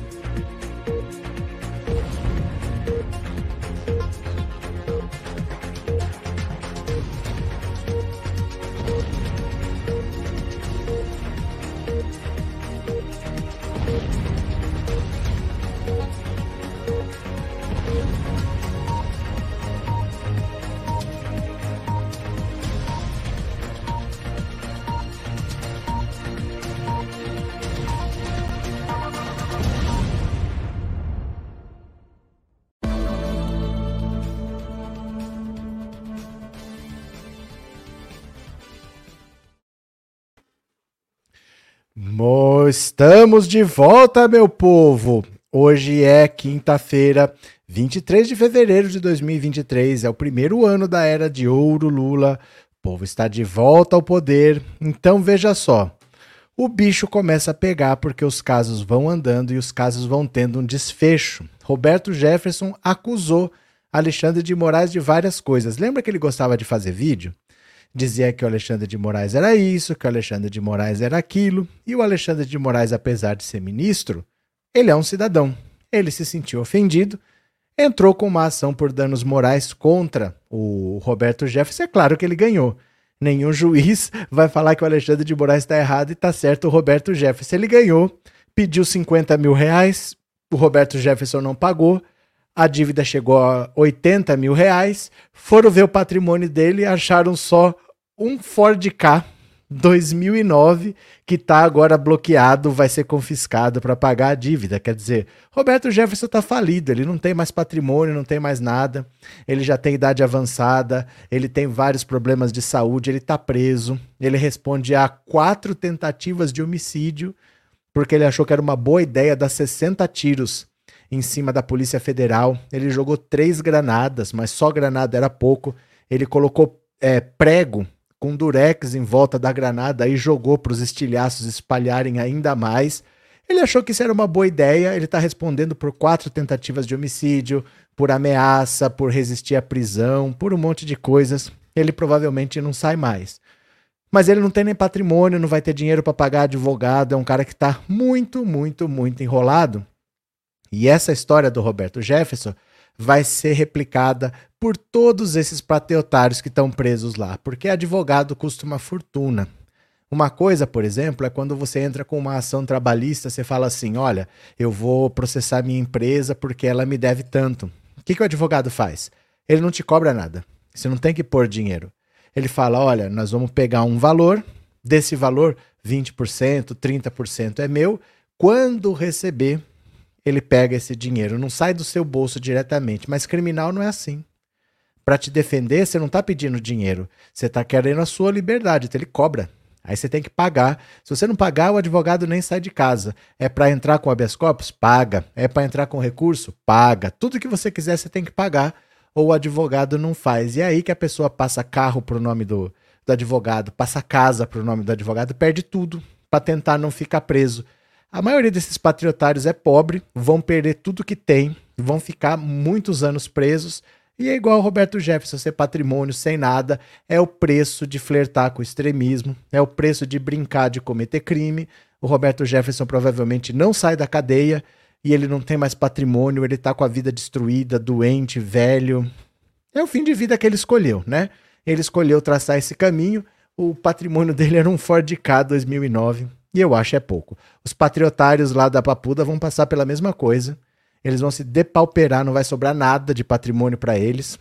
Estamos de volta, meu povo! Hoje é quinta-feira, 23 de fevereiro de 2023, é o primeiro ano da era de ouro Lula. O povo está de volta ao poder, então veja só. O bicho começa a pegar porque os casos vão andando e os casos vão tendo um desfecho. Roberto Jefferson acusou Alexandre de Moraes de várias coisas. Lembra que ele gostava de fazer vídeo? Dizia que o Alexandre de Moraes era isso, que o Alexandre de Moraes era aquilo. E o Alexandre de Moraes, apesar de ser ministro, ele é um cidadão. Ele se sentiu ofendido, entrou com uma ação por danos morais contra o Roberto Jefferson. É claro que ele ganhou. Nenhum juiz vai falar que o Alexandre de Moraes está errado e está certo o Roberto Jefferson. Ele ganhou, pediu 50 mil reais, o Roberto Jefferson não pagou. A dívida chegou a 80 mil reais, foram ver o patrimônio dele e acharam só um Ford Ka 2009 que está agora bloqueado, vai ser confiscado para pagar a dívida. Quer dizer, Roberto Jefferson está falido, ele não tem mais patrimônio, não tem mais nada, ele já tem idade avançada, ele tem vários problemas de saúde, ele está preso, ele responde a 4 tentativas de homicídio porque ele achou que era uma boa ideia dar 60 tiros em cima da Polícia Federal. Ele jogou 3 granadas, mas só granada era pouco. Ele colocou prego com durex em volta da granada e jogou para os estilhaços espalharem ainda mais. Ele achou que isso era uma boa ideia. Ele está respondendo por 4 tentativas de homicídio, por ameaça, por resistir à prisão, por um monte de coisas. Ele provavelmente não sai mais. Mas ele não tem nem patrimônio, não vai ter dinheiro para pagar advogado. É um cara que está muito, muito, muito enrolado. E essa história do Roberto Jefferson vai ser replicada por todos esses patriotários que estão presos lá, porque advogado custa uma fortuna. Uma coisa, por exemplo, é quando você entra com uma ação trabalhista, você fala assim, olha, eu vou processar minha empresa porque ela me deve tanto. O que o advogado faz? Ele não te cobra nada, você não tem que pôr dinheiro. Ele fala, olha, nós vamos pegar um valor, desse valor 20%, 30% é meu, quando receber ele pega esse dinheiro, não sai do seu bolso diretamente, mas criminal não é assim. Para te defender, você não está pedindo dinheiro, você está querendo a sua liberdade, então ele cobra. Aí você tem que pagar. Se você não pagar, o advogado nem sai de casa. É para entrar com habeas corpus? Paga. É para entrar com recurso? Paga. Tudo que você quiser você tem que pagar, ou o advogado não faz. E é aí que a pessoa passa carro para o nome do advogado, passa casa para o nome do advogado, perde tudo para tentar não ficar preso. A maioria desses patriotários é pobre, vão perder tudo que tem, vão ficar muitos anos presos, e é igual o Roberto Jefferson, ser patrimônio sem nada, é o preço de flertar com o extremismo, é o preço de brincar de cometer crime. O Roberto Jefferson provavelmente não sai da cadeia, e ele não tem mais patrimônio, ele tá com a vida destruída, doente, velho. É o fim de vida que ele escolheu, né? Ele escolheu traçar esse caminho, o patrimônio dele era um Ford Ka 2009, e eu acho é pouco. Os patriotários lá da Papuda vão passar pela mesma coisa. Eles vão se depauperar, não vai sobrar nada de patrimônio para eles.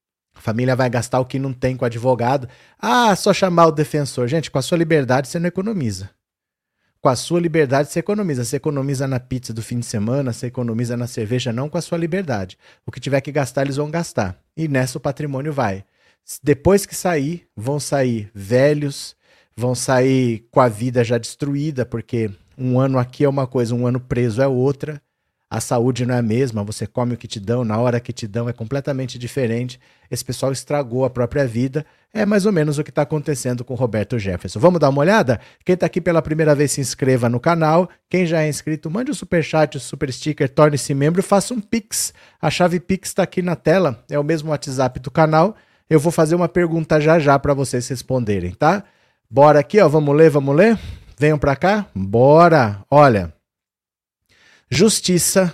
A família vai gastar o que não tem com o advogado. Ah, só chamar o defensor. Gente, com a sua liberdade você não economiza. Com a sua liberdade você economiza. Você economiza na pizza do fim de semana, você economiza na cerveja, não com a sua liberdade. O que tiver que gastar, eles vão gastar. E nessa o patrimônio vai. Depois que sair, vão sair velhos, vão sair com a vida já destruída, porque um ano aqui é uma coisa, um ano preso é outra. A saúde não é a mesma, você come o que te dão, na hora que te dão é completamente diferente. Esse pessoal estragou a própria vida. É mais ou menos o que está acontecendo com o Roberto Jefferson. Vamos dar uma olhada? Quem está aqui pela primeira vez, se inscreva no canal. Quem já é inscrito, mande um superchat, um super sticker, torne-se membro e faça um Pix. A chave Pix está aqui na tela, é o mesmo WhatsApp do canal. Eu vou fazer uma pergunta já já para vocês responderem, tá? Bora aqui, ó, vamos ler? Venham para cá? Bora! Olha, Justiça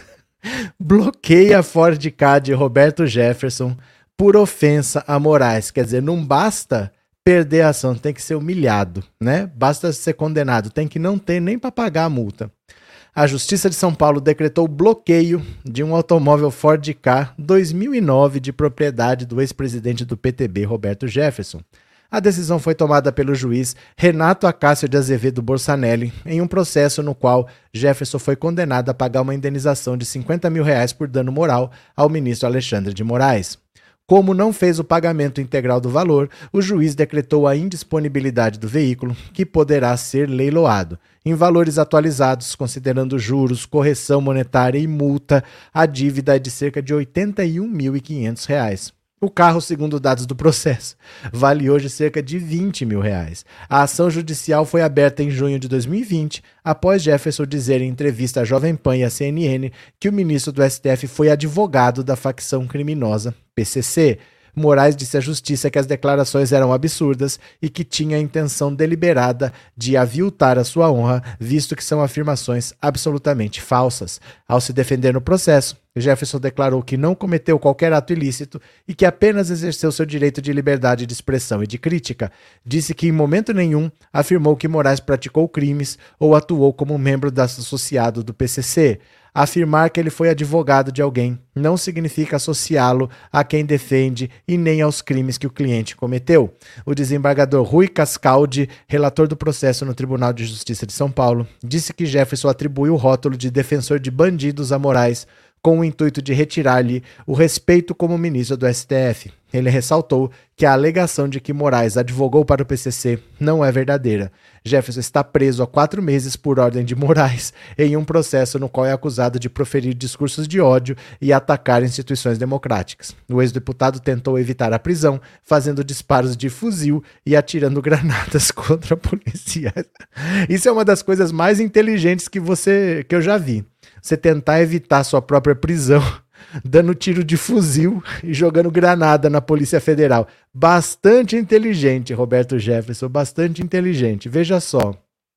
bloqueia a Ford Ka de Roberto Jefferson por ofensa a Moraes. Quer dizer, não basta perder a ação, tem que ser humilhado, né? Basta ser condenado, tem que não ter nem para pagar a multa. A Justiça de São Paulo decretou bloqueio de um automóvel Ford Ka 2009 de propriedade do ex-presidente do PTB, Roberto Jefferson. A decisão foi tomada pelo juiz Renato Acácio de Azevedo Borsanelli em um processo no qual Jefferson foi condenado a pagar uma indenização de R$50 mil por dano moral ao ministro Alexandre de Moraes. Como não fez o pagamento integral do valor, o juiz decretou a indisponibilidade do veículo, que poderá ser leiloado. Em valores atualizados, considerando juros, correção monetária e multa, a dívida é de cerca de R$ 81.500. O carro, segundo dados do processo, vale hoje cerca de R$20 mil. A ação judicial foi aberta em junho de 2020, após Jefferson dizer em entrevista à Jovem Pan e à CNN que o ministro do STF foi advogado da facção criminosa PCC. Moraes disse à justiça que as declarações eram absurdas e que tinha a intenção deliberada de aviltar a sua honra, visto que são afirmações absolutamente falsas. Ao se defender no processo, Jefferson declarou que não cometeu qualquer ato ilícito e que apenas exerceu seu direito de liberdade de expressão e de crítica. Disse que em momento nenhum afirmou que Moraes praticou crimes ou atuou como membro associado do PCC. Afirmar que ele foi advogado de alguém não significa associá-lo a quem defende e nem aos crimes que o cliente cometeu. O desembargador Rui Cascaldi, relator do processo no Tribunal de Justiça de São Paulo, disse que Jefferson atribui o rótulo de defensor de bandidos a Moraes com o intuito de retirar-lhe o respeito como ministro do STF. Ele ressaltou que a alegação de que Moraes advogou para o PCC não é verdadeira. Jefferson está preso há 4 meses por ordem de Moraes em um processo no qual é acusado de proferir discursos de ódio e atacar instituições democráticas. O ex-deputado tentou evitar a prisão, fazendo disparos de fuzil e atirando granadas contra policiais. Isso é uma das coisas mais inteligentes que eu já vi. Você tentar evitar sua própria prisão dando tiro de fuzil e jogando granada na Polícia Federal. Bastante inteligente, Roberto Jefferson, bastante inteligente. Veja só.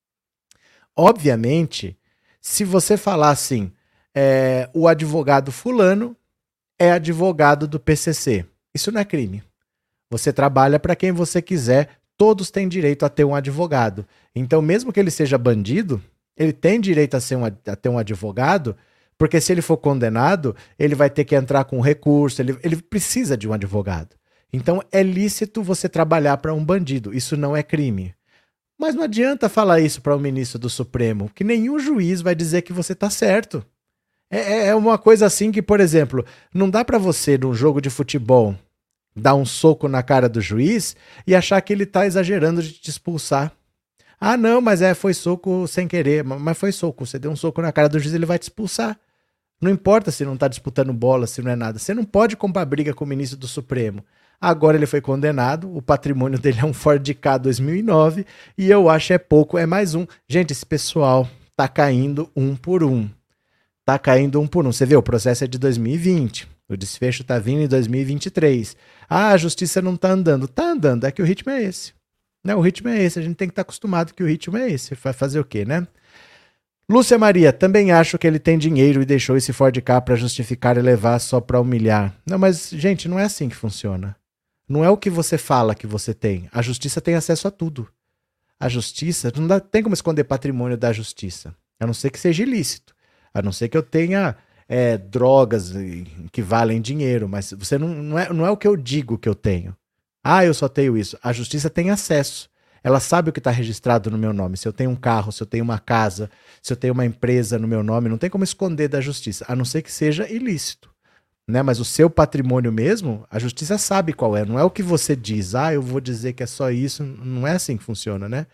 Obviamente, se você falar assim, o advogado fulano é advogado do PCC, isso não é crime. Você trabalha para quem você quiser, todos têm direito a ter um advogado. Então, mesmo que ele seja bandido, ele tem direito a ter um advogado, porque se ele for condenado, ele vai ter que entrar com recurso, ele precisa de um advogado. Então é lícito você trabalhar para um bandido, isso não é crime. Mas não adianta falar isso para o ministro do Supremo, que nenhum juiz vai dizer que você está certo. É uma coisa assim que, por exemplo, não dá para você, num jogo de futebol, dar um soco na cara do juiz e achar que ele está exagerando de te expulsar. Ah, não, mas foi soco sem querer. Mas foi soco. Você deu um soco na cara do juiz, ele vai te expulsar. Não importa se não tá disputando bola, se não é nada. Você não pode comprar briga com o ministro do Supremo. Agora ele foi condenado, o patrimônio dele é um Ford Ka 2009 e eu acho é pouco, é mais um. Gente, esse pessoal tá caindo um por um. Tá caindo um por um. Você vê, o processo é de 2020. O desfecho tá vindo em 2023. Ah, a justiça não tá andando. Tá andando, é que o ritmo é esse. Não, o ritmo é esse, a gente tem que estar acostumado que o ritmo é esse. Vai fazer o quê, né? Lúcia Maria, também acho que ele tem dinheiro e deixou esse Ford Ka para justificar e levar só para humilhar. Não, mas, gente, não é assim que funciona. Não é o que você fala que você tem. A justiça tem acesso a tudo. A justiça, não tem como esconder patrimônio da justiça. A não ser que seja ilícito. A não ser que eu tenha drogas que valem dinheiro. Mas você não é o que eu digo que eu tenho. Ah, eu só tenho isso. A justiça tem acesso. Ela sabe o que está registrado no meu nome. Se eu tenho um carro, se eu tenho uma casa, se eu tenho uma empresa no meu nome, não tem como esconder da justiça, a não ser que seja ilícito. Né? Mas o seu patrimônio mesmo, a justiça sabe qual é. Não é o que você diz. Ah, eu vou dizer que é só isso. Não é assim que funciona, né?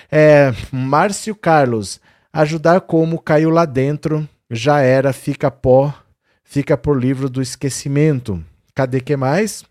Márcio Carlos, ajudar como caiu lá dentro, já era, fica pó, fica por livro do esquecimento. Cadê que mais?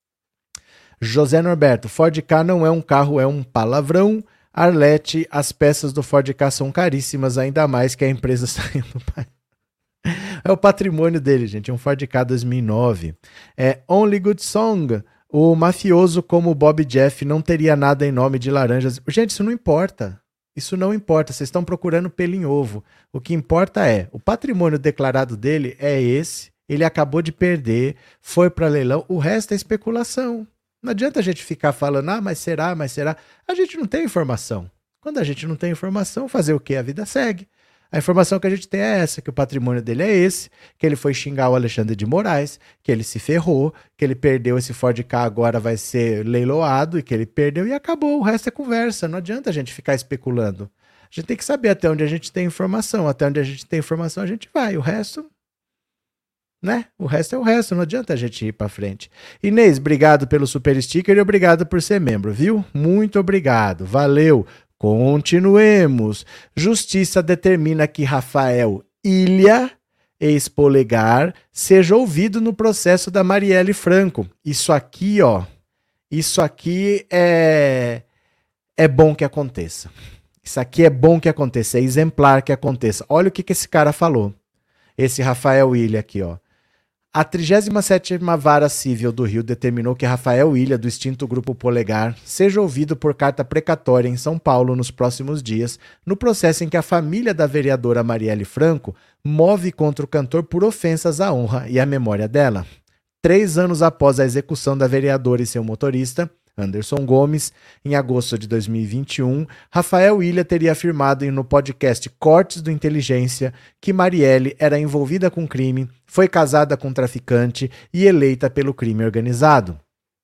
José Norberto, Ford Ka não é um carro, é um palavrão. Arlete, as peças do Ford Ka são caríssimas, ainda mais que a empresa saiu do país. É o patrimônio dele, gente, é um Ford Ka 2009. Only Good Song, o mafioso como o Bob Jeff não teria nada em nome de laranjas. Gente, isso não importa. Isso não importa, vocês estão procurando pelo em ovo. O que importa é, o patrimônio declarado dele é esse, ele acabou de perder, foi para leilão, o resto é especulação. Não adianta a gente ficar falando, mas será, mas será. A gente não tem informação. Quando a gente não tem informação, fazer o quê? A vida segue. A informação que a gente tem é essa, que o patrimônio dele é esse, que ele foi xingar o Alexandre de Moraes, que ele se ferrou, que ele perdeu esse Ford Ka, agora vai ser leiloado, e que ele perdeu e acabou. O resto é conversa, não adianta a gente ficar especulando. A gente tem que saber até onde a gente tem informação, até onde a gente tem informação a gente vai, o resto... né? O resto é o resto, não adianta a gente ir pra frente. Inês, obrigado pelo super sticker e obrigado por ser membro, viu? Muito obrigado, valeu. Continuemos. Justiça determina que Rafael Ilha, ex-Polegar, seja ouvido no processo da Marielle Franco. Isso aqui, ó, isso aqui é bom que aconteça. Isso aqui é bom que aconteça, é exemplar que aconteça. Olha o que esse cara falou. Esse Rafael Ilha aqui, ó. A 37ª Vara Civil do Rio determinou que Rafael Ilha, do extinto Grupo Polegar, seja ouvido por carta precatória em São Paulo nos próximos dias, no processo em que a família da vereadora Marielle Franco move contra o cantor por ofensas à honra e à memória dela. 3 anos após a execução da vereadora e seu motorista, Anderson Gomes, em agosto de 2021, Rafael Ilha teria afirmado no podcast Cortes do Inteligência que Marielle era envolvida com crime, foi casada com um traficante e eleita pelo crime organizado.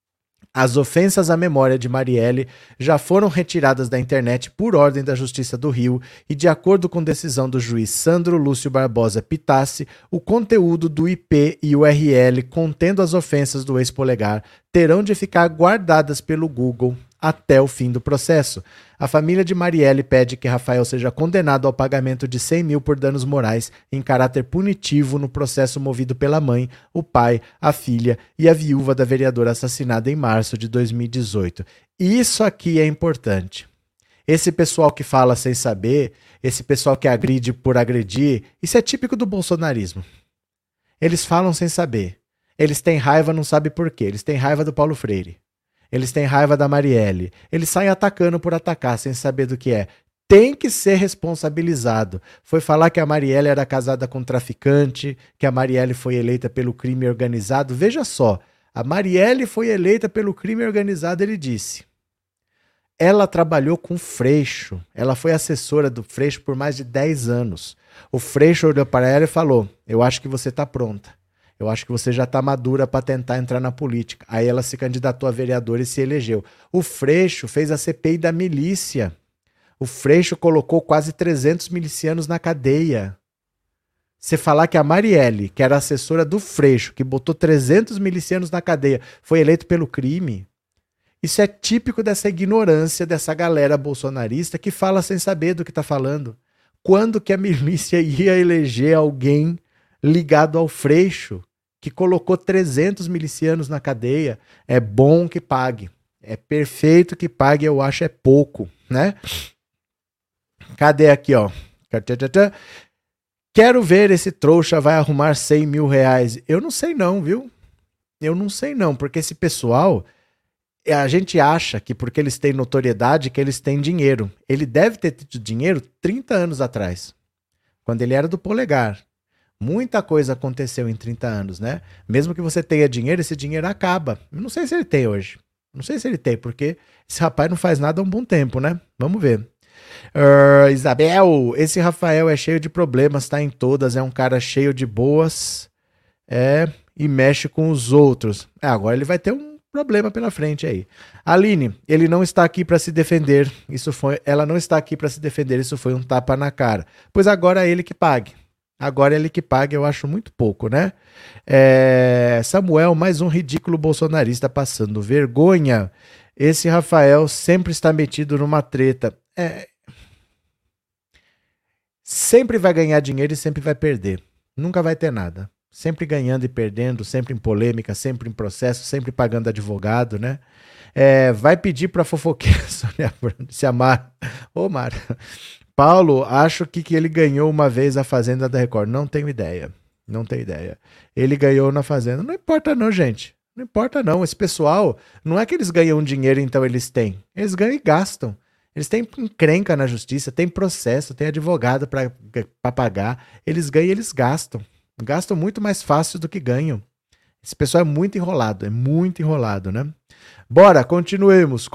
As ofensas à memória de Marielle já foram retiradas da internet por ordem da Justiça do Rio e, de acordo com decisão do juiz Sandro Lúcio Barbosa Pitassi, o conteúdo do IP e URL contendo as ofensas do ex-Polegar terão de ficar guardadas pelo Google até o fim do processo. A família de Marielle pede que Rafael seja condenado ao pagamento de 100 mil por danos morais em caráter punitivo no processo movido pela mãe, o pai, a filha e a viúva da vereadora assassinada em março de 2018. Isso aqui é importante. Esse pessoal que fala sem saber, esse pessoal que agride por agredir, isso é típico do bolsonarismo. Eles falam sem saber. Eles têm raiva, não sabe por quê. Eles têm raiva do Paulo Freire. Eles têm raiva da Marielle. Eles saem atacando por atacar, sem saber do que é. Tem que ser responsabilizado. Foi falar que a Marielle era casada com um traficante, que a Marielle foi eleita pelo crime organizado. Veja só, a Marielle foi eleita pelo crime organizado, ele disse. Ela trabalhou com Freixo. Ela foi assessora do Freixo por mais de 10 anos. O Freixo olhou para ela e falou, eu acho que você está pronta. Eu acho que você já está madura para tentar entrar na política. Aí ela se candidatou a vereadora e se elegeu. O Freixo fez a CPI da milícia. O Freixo colocou quase 300 milicianos na cadeia. Você falar que a Marielle, que era assessora do Freixo, que botou 300 milicianos na cadeia, foi eleito pelo crime, isso é típico dessa ignorância dessa galera bolsonarista que fala sem saber do que está falando. Quando que a milícia ia eleger alguém ligado ao Freixo, que colocou 300 milicianos na cadeia? É bom que pague. É perfeito que pague, eu acho é pouco, né? Cadê aqui, ó? Quero ver esse trouxa vai arrumar 100 mil reais. Eu não sei não, viu? Eu não sei não, porque esse pessoal, a gente acha que porque eles têm notoriedade, que eles têm dinheiro. Ele deve ter tido dinheiro 30 anos atrás, quando ele era do Polegar. Muita coisa aconteceu em 30 anos, né? Mesmo que você tenha dinheiro, esse dinheiro acaba. Eu não sei se ele tem hoje. Não sei se ele tem, porque esse rapaz não faz nada há um bom tempo, né? Vamos ver. Isabel, esse Rafael é cheio de problemas, tá em todas, é um cara cheio de boas, e mexe com os outros. Agora ele vai ter um problema pela frente aí. Aline, ele não está aqui para se defender. Ela não está aqui para se defender, isso foi um tapa na cara. Pois agora é ele que pague. Agora ele que paga, eu acho muito pouco, né? Samuel, mais um ridículo bolsonarista passando vergonha. Esse Rafael sempre está metido numa treta. Sempre vai ganhar dinheiro e sempre vai perder. Nunca vai ter nada. Sempre ganhando e perdendo, sempre em polêmica, sempre em processo, sempre pagando advogado, né? Vai pedir para fofoqueira, se amar. Ô, Mara. Paulo, acho que ele ganhou uma vez a Fazenda da Record. Não tenho ideia. Não tenho ideia. Ele ganhou na Fazenda. Não importa não, gente. Não importa não. Esse pessoal, não é que eles ganham dinheiro então eles têm. Eles ganham e gastam. Eles têm encrenca na justiça, tem processo, tem advogado para pagar. Eles ganham e eles gastam. Gastam muito mais fácil do que ganham. Esse pessoal é muito enrolado, né? Bora, continuemos.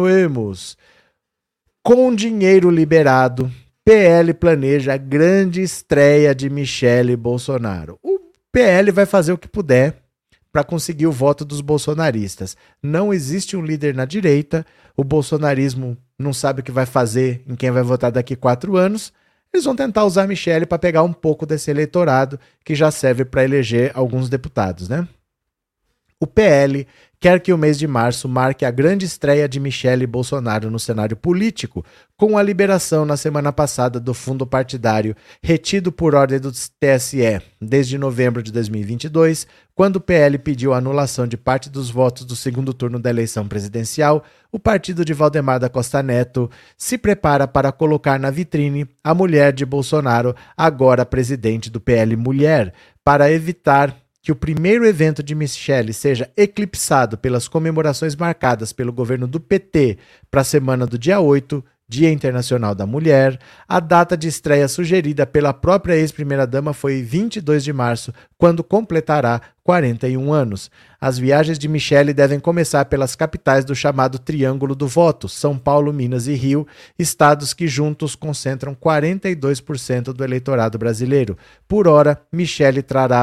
Com dinheiro liberado, PL planeja a grande estreia de Michele Bolsonaro. O PL vai fazer o que puder para conseguir o voto dos bolsonaristas. Não existe um líder na direita, o bolsonarismo não sabe o que vai fazer em quem vai votar daqui 4 anos. Eles vão tentar usar a Michele para pegar um pouco desse eleitorado que já serve para eleger alguns deputados, né? O PL quer que o mês de março marque a grande estreia de Michele Bolsonaro no cenário político, com a liberação na semana passada do fundo partidário retido por ordem do TSE desde novembro de 2022, quando o PL pediu a anulação de parte dos votos do segundo turno da eleição presidencial. O partido de Valdemar da Costa Neto se prepara para colocar na vitrine a mulher de Bolsonaro, agora presidente do PL Mulher, para evitar que o primeiro evento de Michele seja eclipsado pelas comemorações marcadas pelo governo do PT para a semana do dia 8, Dia Internacional da Mulher. A data de estreia sugerida pela própria ex-primeira-dama foi 22 de março, quando completará 41 anos. As viagens de Michele devem começar pelas capitais do chamado Triângulo do Voto, São Paulo, Minas e Rio, estados que juntos concentram 42% do eleitorado brasileiro. Por hora, Michele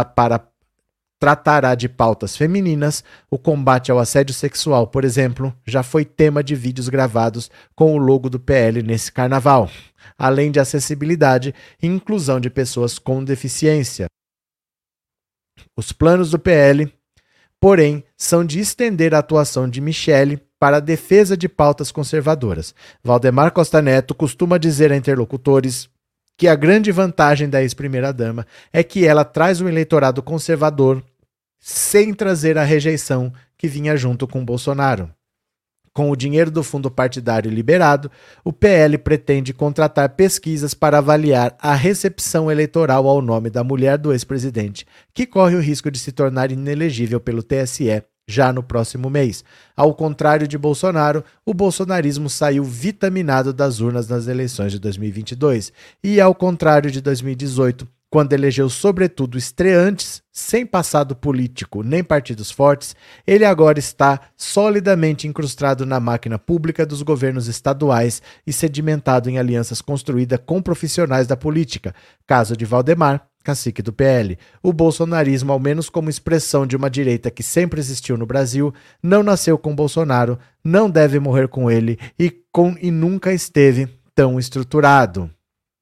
tratará de pautas femininas. O combate ao assédio sexual, por exemplo, já foi tema de vídeos gravados com o logo do PL nesse carnaval, além de acessibilidade e inclusão de pessoas com deficiência. Os planos do PL, porém, são de estender a atuação de Michele para a defesa de pautas conservadoras. Valdemar Costa Neto costuma dizer a interlocutores que a grande vantagem da ex-primeira-dama é que ela traz um eleitorado conservador sem trazer a rejeição que vinha junto com Bolsonaro. Com o dinheiro do fundo partidário liberado, o PL pretende contratar pesquisas para avaliar a recepção eleitoral ao nome da mulher do ex-presidente, que corre o risco de se tornar inelegível pelo TSE já no próximo mês. Ao contrário de Bolsonaro, o bolsonarismo saiu vitaminado das urnas nas eleições de 2022. E ao contrário de 2018, quando elegeu sobretudo estreantes, sem passado político nem partidos fortes, ele agora está solidamente incrustado na máquina pública dos governos estaduais e sedimentado em alianças construídas com profissionais da política. Caso de Valdemar, cacique do PL. O bolsonarismo, ao menos como expressão de uma direita que sempre existiu no Brasil, não nasceu com Bolsonaro, não deve morrer com ele e nunca esteve tão estruturado.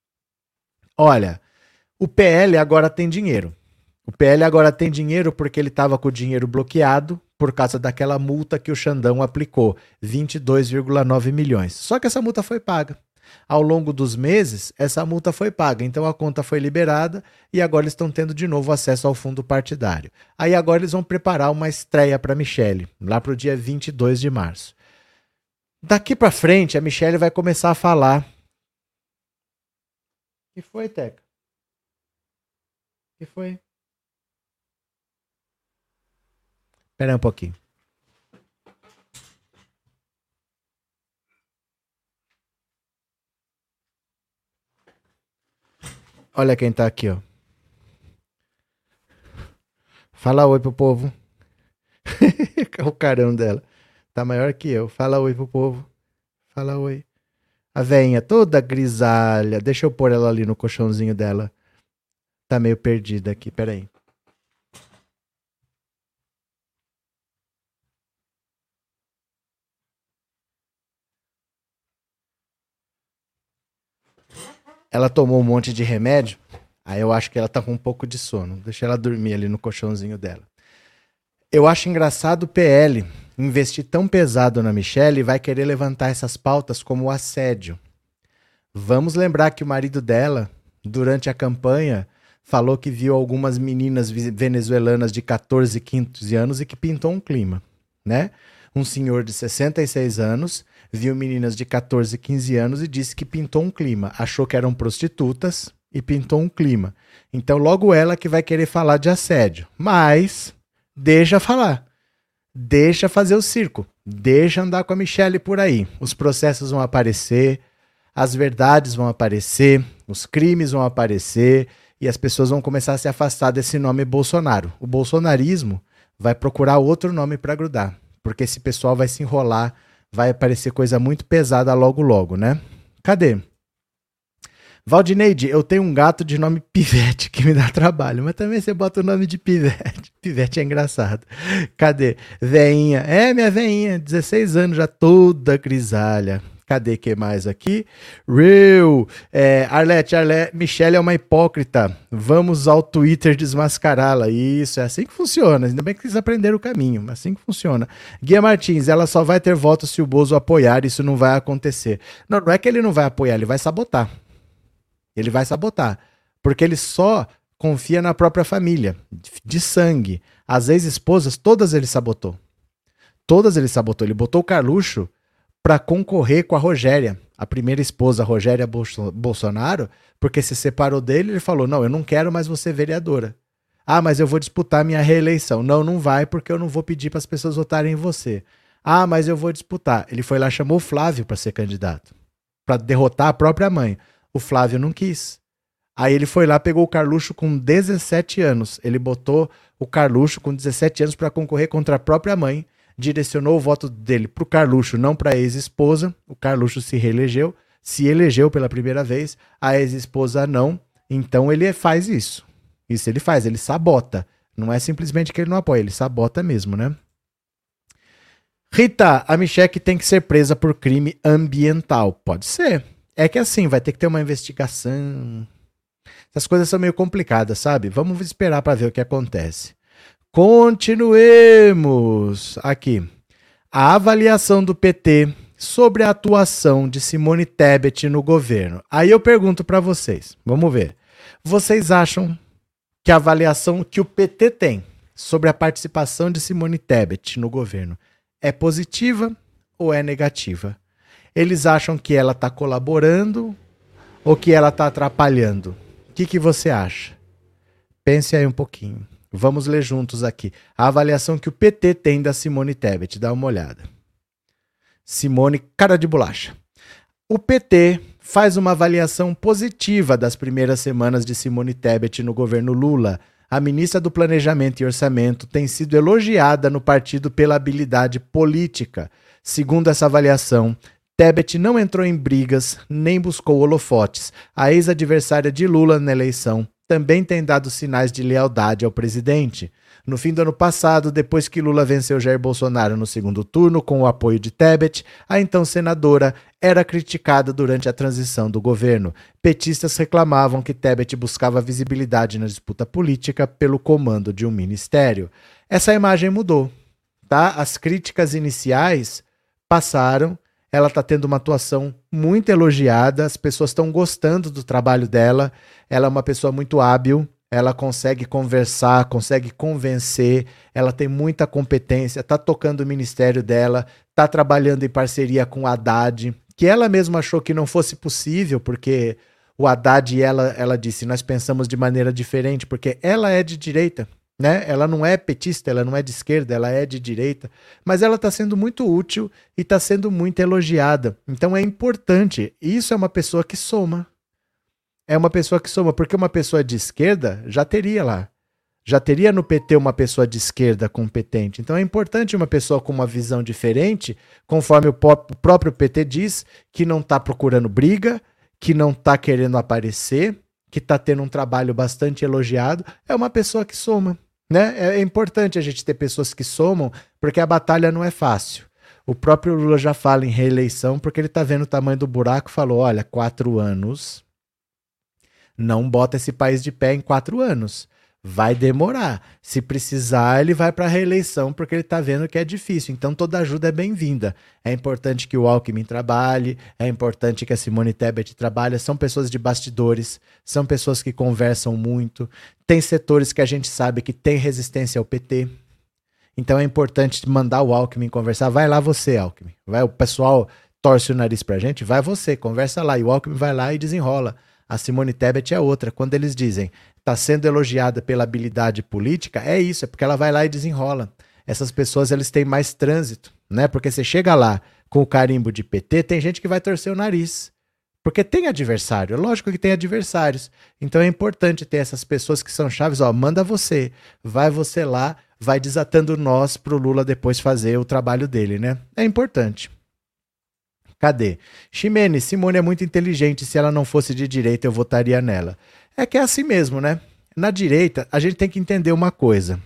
Olha, o PL agora tem dinheiro. O PL agora tem dinheiro porque ele estava com o dinheiro bloqueado por causa daquela multa que o Xandão aplicou, 22,9 milhões. Só que essa multa foi paga. Ao longo dos meses, essa multa foi paga, então a conta foi liberada e agora eles estão tendo de novo acesso ao fundo partidário. Aí agora eles vão preparar uma estreia para a Michele, lá para o dia 22 de março. Daqui para frente, a Michele vai começar a falar. O que foi, Teca? O que foi? Espera aí um pouquinho. Olha quem tá aqui, ó. Fala oi pro povo. O carão dela. Tá maior que eu. Fala oi pro povo. Fala oi. A veinha toda grisalha. Deixa eu pôr ela ali no colchãozinho dela. Tá meio perdida aqui, peraí. Ela tomou um monte de remédio, aí eu acho que ela tá com um pouco de sono. Deixa ela dormir ali no colchãozinho dela. Eu acho engraçado o PL investir tão pesado na Michele e vai querer levantar essas pautas como o assédio. Vamos lembrar que o marido dela, durante a campanha, falou que viu algumas meninas venezuelanas de 14, 15 anos e que pintou um clima, né? Um senhor de 66 anos viu meninas de 14, 15 anos e disse que pintou um clima. Achou que eram prostitutas e pintou um clima. Então logo ela que vai querer falar de assédio. Mas deixa falar. deixa fazer o circo, deixa andar com a Michelle por aí. Os processos vão aparecer, as verdades vão aparecer, os crimes vão aparecer e as pessoas vão começar a se afastar desse nome Bolsonaro. O bolsonarismo vai procurar outro nome para grudar, porque esse pessoal vai se enrolar, vai aparecer coisa muito pesada logo logo, né? Cadê? Valdineide, eu tenho um gato de nome Pivete que me dá trabalho, mas também você bota o nome de Pivete. Pivete é engraçado. Cadê? Veinha. É, minha veinha, 16 anos, já toda grisalha. Cadê que mais aqui? Real. Arlete, Michelle é uma hipócrita. Vamos ao Twitter desmascará-la. Isso, é assim que funciona. Ainda bem que vocês aprenderam o caminho. É assim que funciona. Guia Martins, ela só vai ter voto se o Bozo apoiar. Isso não vai acontecer. Não, não é que ele não vai apoiar, ele vai sabotar. Ele vai sabotar. Porque ele só confia na própria família, de sangue. As ex-esposas, todas ele sabotou. Todas ele sabotou. Ele botou o Carluxo para concorrer com a Rogéria, a primeira esposa, a Rogéria Bolsonaro, porque se separou dele, ele falou, não, eu não quero mais você vereadora. Ah, mas eu vou disputar minha reeleição. Não, não vai, porque eu não vou pedir para as pessoas votarem em você. Ah, mas eu vou disputar. Ele foi lá, chamou o Flávio para ser candidato, para derrotar a própria mãe. O Flávio não quis. Aí ele foi lá, pegou o Carluxo com 17 anos. Ele botou o Carluxo com 17 anos para concorrer contra a própria mãe, direcionou o voto dele para o Carluxo, não para a ex-esposa. O Carluxo se reelegeu, se elegeu pela primeira vez, a ex-esposa não. Então ele faz isso. Isso ele faz, ele sabota. Não é simplesmente que ele não apoia, ele sabota mesmo, né? Rita, a Michelle tem que ser presa por crime ambiental. Pode ser. É que assim, vai ter que ter uma investigação. Essas coisas são meio complicadas, sabe? Vamos esperar para ver o que acontece. Continuemos. Aqui. A avaliação do PT sobre a atuação de Simone Tebet no governo. Aí eu pergunto para vocês. Vamos ver. Vocês acham que a avaliação que o PT tem sobre a participação de Simone Tebet no governo é positiva ou é negativa? Eles acham que ela está colaborando ou que ela está atrapalhando? O que você acha? Pense aí um pouquinho. Vamos ler juntos aqui. A avaliação que o PT tem da Simone Tebet. Dá uma olhada. Simone, cara de bolacha. O PT faz uma avaliação positiva das primeiras semanas de Simone Tebet no governo Lula. A ministra do Planejamento e Orçamento tem sido elogiada no partido pela habilidade política. Segundo essa avaliação, Tebet não entrou em brigas nem buscou holofotes. A ex-adversária de Lula na eleição também tem dado sinais de lealdade ao presidente. No fim do ano passado, depois que Lula venceu Jair Bolsonaro no segundo turno com o apoio de Tebet, a então senadora era criticada durante a transição do governo. Petistas reclamavam que Tebet buscava visibilidade na disputa política pelo comando de um ministério. Essa imagem mudou, tá? As críticas iniciais passaram. Ela está tendo uma atuação muito elogiada, as pessoas estão gostando do trabalho dela, ela é uma pessoa muito hábil, ela consegue conversar, consegue convencer, ela tem muita competência, está tocando o ministério dela, está trabalhando em parceria com o Haddad, que ela mesma achou que não fosse possível, porque o Haddad e ela disse, nós pensamos de maneira diferente, porque ela é de direita. Né? Ela não é petista, ela não é de esquerda, ela é de direita, mas ela está sendo muito útil e está sendo muito elogiada. Então é importante. Isso é uma pessoa que soma. É uma pessoa que soma, porque uma pessoa de esquerda já teria lá. Já teria no PT uma pessoa de esquerda competente. Então é importante uma pessoa com uma visão diferente, conforme o próprio PT diz, que não está procurando briga, que não está querendo aparecer, que está tendo um trabalho bastante elogiado. É uma pessoa que soma. Né? É importante a gente ter pessoas que somam, porque a batalha não é fácil. O próprio Lula já fala em reeleição, porque ele está vendo o tamanho do buraco e falou, olha, 4 anos, não bota esse país de pé em 4 anos. Vai demorar. Se precisar, ele vai para a reeleição, porque ele está vendo que é difícil. Então toda ajuda é bem-vinda. É importante que o Alckmin trabalhe, é importante que a Simone Tebet trabalhe. São pessoas de bastidores, são pessoas que conversam muito. Tem setores que a gente sabe que tem resistência ao PT. Então é importante mandar o Alckmin conversar. Vai lá você, Alckmin. Vai, o pessoal torce o nariz pra gente, vai você, conversa lá. E o Alckmin vai lá e desenrola. A Simone Tebet é outra. Quando eles dizem está sendo elogiada pela habilidade política, é isso, é porque ela vai lá e desenrola. essas pessoas eles têm mais trânsito, né? Porque você chega lá com o carimbo de PT, tem gente que vai torcer o nariz. Porque tem adversário, lógico que tem adversários. Então é importante ter essas pessoas que são chaves, ó, manda você, vai você lá, vai desatando nós pro Lula depois fazer o trabalho dele, né? É importante. Cadê? Ximene, Simone é muito inteligente, se ela não fosse de direita eu votaria nela. É que é assim mesmo, né? Na direita, a gente tem que entender uma coisa.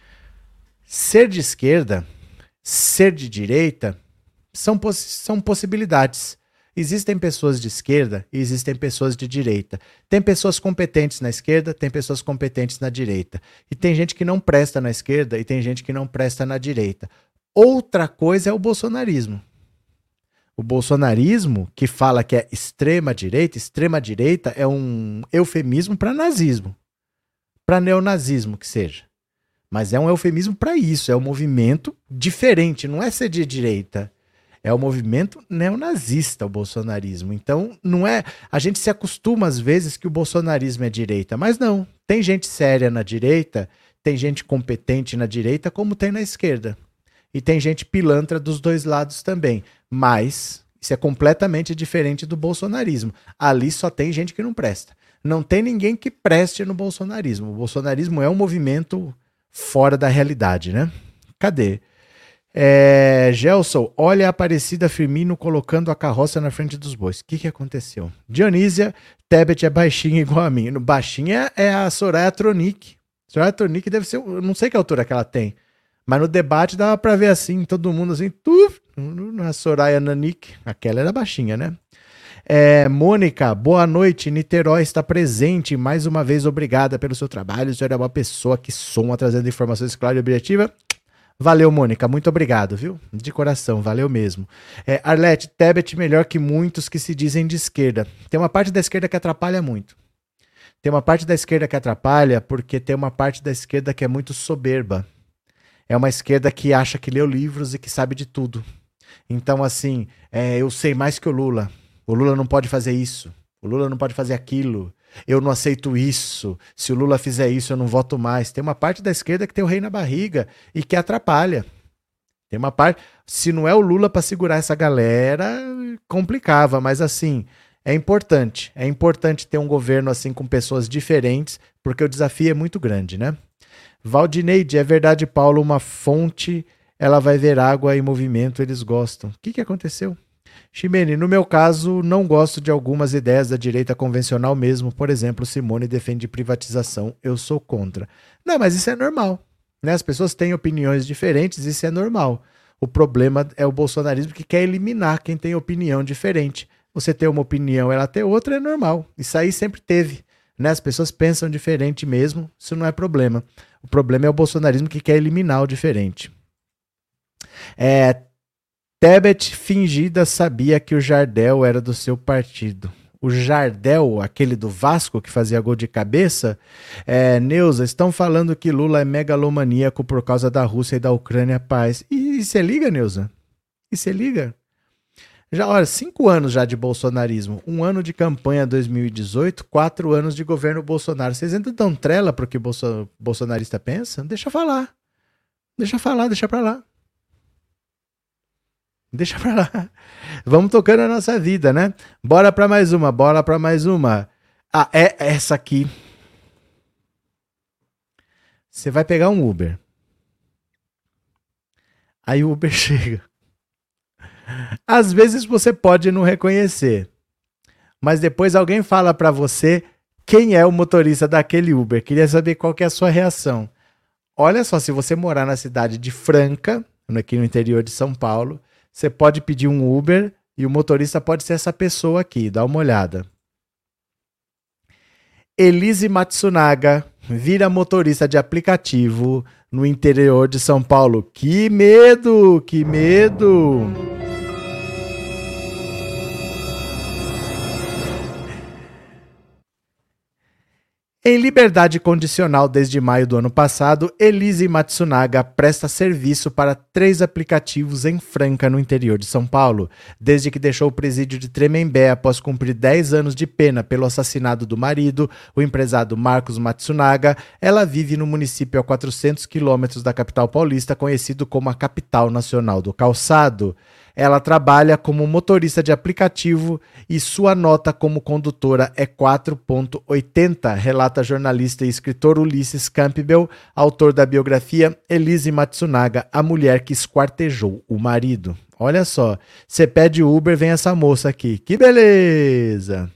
Ser de esquerda, ser de direita, são possibilidades. Existem pessoas de esquerda e existem pessoas de direita. Tem pessoas competentes na esquerda, tem pessoas competentes na direita. E tem gente que não presta na esquerda e tem gente que não presta na direita. Outra coisa é o bolsonarismo. O bolsonarismo, que fala que é extrema direita é um eufemismo para nazismo. Para neonazismo que seja. Mas é um eufemismo para isso, é um movimento diferente, não é ser de direita. É o movimento neonazista, o bolsonarismo. Então, não é... A gente se acostuma, às vezes, que o bolsonarismo é direita. Mas não. Tem gente séria na direita, tem gente competente na direita, como tem na esquerda. E tem gente pilantra dos dois lados também. Mas isso é completamente diferente do bolsonarismo. Ali só tem gente que não presta. Não tem ninguém que preste no bolsonarismo. O bolsonarismo é um movimento fora da realidade, né? Cadê? Gelson, olha a Aparecida Firmino colocando a carroça na frente dos bois. O que aconteceu? Dionísia, Tebet é baixinha igual a mim. Baixinha é a Soraya Tronic. Soraya Tronic deve ser, eu não sei que altura que ela tem, mas no debate dava pra ver assim, todo mundo assim, na Soraya Nanik, aquela era baixinha, né? Mônica, boa noite, Niterói está presente, mais uma vez obrigada pelo seu trabalho, o senhor é uma pessoa que soma trazendo informações claras e objetivas. Valeu, Mônica, muito obrigado, viu? De coração, valeu mesmo. Arlete, Tebet melhor que muitos que se dizem de esquerda. Tem uma parte da esquerda que atrapalha muito. Tem uma parte da esquerda que atrapalha porque tem uma parte da esquerda que é muito soberba. É uma esquerda que acha que leu livros e que sabe de tudo. Então, assim, eu sei mais que o Lula. O Lula não pode fazer isso. O Lula não pode fazer aquilo. Eu não aceito isso. Se o Lula fizer isso, eu não voto mais. Tem uma parte da esquerda que tem o rei na barriga e que atrapalha. Tem uma parte... Se não é o Lula para segurar essa galera, complicava. Mas, assim, é importante. É importante ter um governo assim com pessoas diferentes, porque o desafio é muito grande, né? Valdineide, é verdade, Paulo, uma fonte, ela vai ver água em movimento, eles gostam. O que aconteceu? Ximene, no meu caso, não gosto de algumas ideias da direita convencional mesmo. Por exemplo, Simone defende privatização, eu sou contra. Não, mas isso é normal, né? As pessoas têm opiniões diferentes, isso é normal. O problema é o bolsonarismo que quer eliminar quem tem opinião diferente. Você ter uma opinião, ela ter outra, é normal. Isso aí sempre teve, né? As pessoas pensam diferente mesmo, isso não é problema. O problema é o bolsonarismo que quer eliminar o diferente. Tebet fingida sabia que o Jardel era do seu partido. O Jardel, aquele do Vasco que fazia gol de cabeça, Neuza, estão falando que Lula é megalomaníaco por causa da Rússia e da Ucrânia paz. E você liga, Neuza? E você liga? Já, olha, 5 anos já de bolsonarismo, 1 ano de campanha 2018, 4 anos de governo Bolsonaro. Vocês ainda dão trela pro que bolsonarista pensa? Deixa falar. Deixa pra lá. Deixa pra lá. Vamos tocando a nossa vida, né? Bora pra mais uma. Ah, essa aqui. Você vai pegar um Uber. Aí o Uber chega. Às vezes você pode não reconhecer, mas depois alguém fala pra você quem é o motorista daquele Uber. Queria saber qual que é a sua reação. Olha só, se você morar na cidade de Franca, aqui no interior de São Paulo, você pode pedir um Uber e o motorista pode ser essa pessoa aqui. Dá uma olhada. Elise Matsunaga vira motorista de aplicativo no interior de São Paulo. Que medo! Que medo! Em liberdade condicional desde maio do ano passado, Elise Matsunaga presta serviço para 3 aplicativos em Franca, no interior de São Paulo. Desde que deixou o presídio de Tremembé após cumprir 10 anos de pena pelo assassinato do marido, o empresário Marcos Matsunaga, ela vive no município a 400 quilômetros da capital paulista, conhecido como a capital nacional do calçado. Ela trabalha como motorista de aplicativo e sua nota como condutora é 4,80, relata jornalista e escritor Ulisses Campbell, autor da biografia Elise Matsunaga, a mulher que esquartejou o marido. Olha só, você pede Uber, vem essa moça aqui. Que beleza!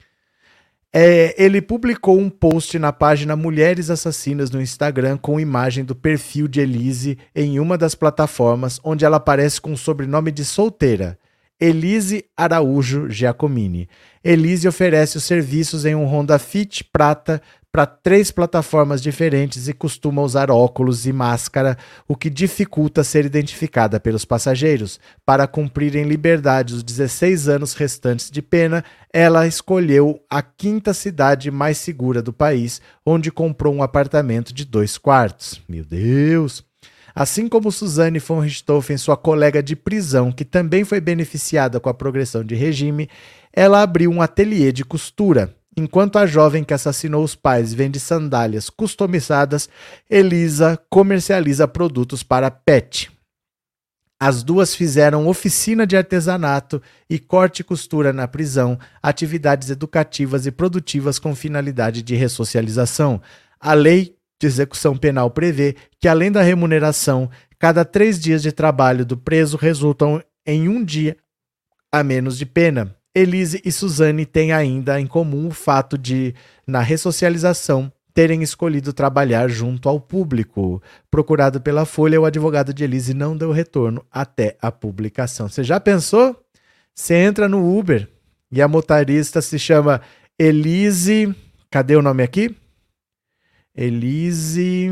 Ele publicou um post na página Mulheres Assassinas no Instagram com imagem do perfil de Elise em uma das plataformas, onde ela aparece com o sobrenome de solteira, Elise Araújo Giacomini. Elise oferece os serviços em um Honda Fit prata para 3 plataformas diferentes e costuma usar óculos e máscara, o que dificulta ser identificada pelos passageiros. Para cumprir em liberdade os 16 anos restantes de pena, ela escolheu a 5ª cidade mais segura do país, onde comprou um apartamento de 2 quartos. Meu Deus! Assim como Suzane von Richthofen, sua colega de prisão, que também foi beneficiada com a progressão de regime, ela abriu um ateliê de costura. Enquanto a jovem que assassinou os pais vende sandálias customizadas, Elisa comercializa produtos para pet. As duas fizeram oficina de artesanato e corte e costura na prisão, atividades educativas e produtivas com finalidade de ressocialização. A lei de execução penal prevê que, além da remuneração, cada 3 dias de trabalho do preso resultam em 1 dia a menos de pena. Elise e Suzane têm ainda em comum o fato de, na ressocialização, terem escolhido trabalhar junto ao público. Procurado pela Folha, o advogado de Elise não deu retorno até a publicação. Você já pensou? Você entra no Uber e a motorista se chama Elise... Cadê o nome aqui? Elise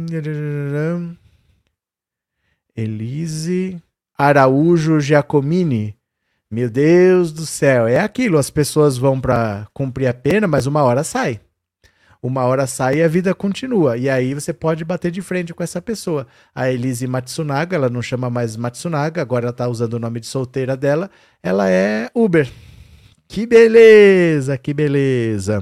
Araújo Giacomini. Meu Deus do céu, é aquilo, as pessoas vão para cumprir a pena, mas uma hora sai. Uma hora sai e a vida continua. E aí você pode bater de frente com essa pessoa. A Elise Matsunaga, ela não chama mais Matsunaga, agora ela está usando o nome de solteira dela, ela é Uber. Que beleza, que beleza.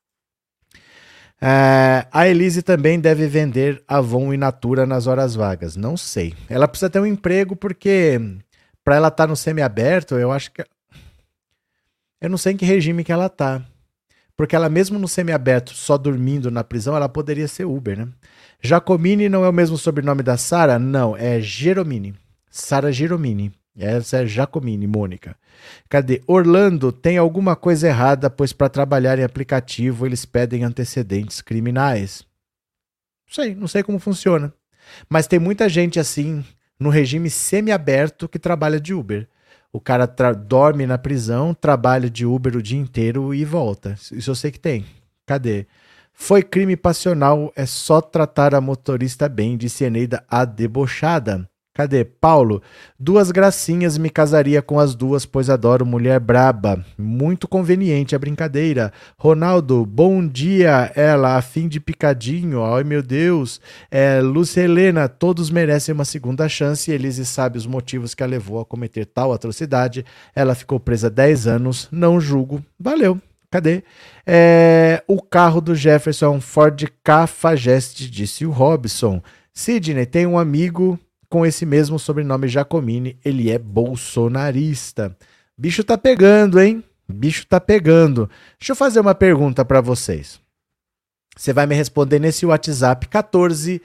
A Elise também deve vender Avon e Natura nas horas vagas. Não sei. Ela precisa ter um emprego porque... Para ela estar no semiaberto, eu acho que... Eu não sei em que regime que ela tá. Porque ela mesmo no semiaberto, só dormindo na prisão, ela poderia ser Uber, né? Giacomini não é o mesmo sobrenome da Sara? Não, é Geromini. Sara Geromini. Essa é Giacomini, Mônica. Cadê? Orlando, tem alguma coisa errada, pois para trabalhar em aplicativo eles pedem antecedentes criminais. Não sei como funciona. Mas tem muita gente assim... no regime semiaberto que trabalha de Uber. O cara dorme na prisão, trabalha de Uber o dia inteiro e volta. Isso eu sei que tem. Cadê? Foi crime passional, é só tratar a motorista bem, disse Eneida, a debochada. Cadê? Paulo, 2 gracinhas, me casaria com as 2, pois adoro mulher braba. Muito conveniente a brincadeira. Ronaldo, bom dia, ela, a fim de picadinho. Ai, meu Deus. Lúcia Helena, todos merecem uma segunda chance. Elise sabe os motivos que a levou a cometer tal atrocidade. Ela ficou presa 10 anos, não julgo. Valeu. Cadê? O carro do Jefferson é um Ford Cafajeste, disse o Robson. Sidney, tem um amigo... com esse mesmo sobrenome Giacomini, ele é bolsonarista. Bicho tá pegando, hein? Bicho tá pegando. Deixa eu fazer uma pergunta para vocês. Você vai me responder nesse WhatsApp 14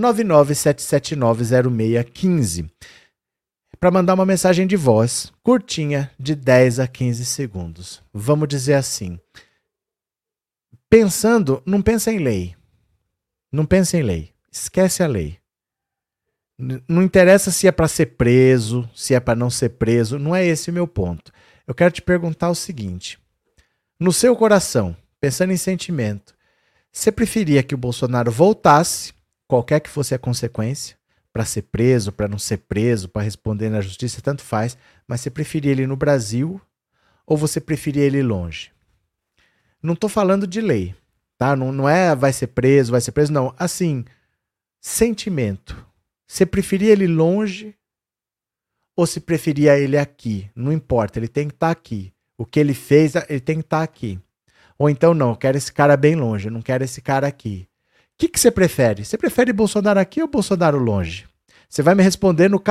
997790615. Para mandar uma mensagem de voz curtinha de 10 a 15 segundos. Vamos dizer assim. Pensando, não pensa em lei. Não pensa em lei. Esquece a lei. Não interessa se é para ser preso, se é para não ser preso, não é esse o meu ponto. Eu quero te perguntar o seguinte: no seu coração, pensando em sentimento, você preferia que o Bolsonaro voltasse, qualquer que fosse a consequência, para ser preso, para não ser preso, para responder na justiça, tanto faz, mas você preferia ele no Brasil ou você preferia ele longe? Não estou falando de lei, tá? Não é vai ser preso, não. Assim, sentimento. Você preferia ele longe ou se preferia ele aqui? Não importa, ele tem que estar aqui. O que ele fez, ele tem que estar aqui. Ou então não, eu quero esse cara bem longe, eu não quero esse cara aqui. O que você prefere? Você prefere Bolsonaro aqui ou Bolsonaro longe? Você vai me responder no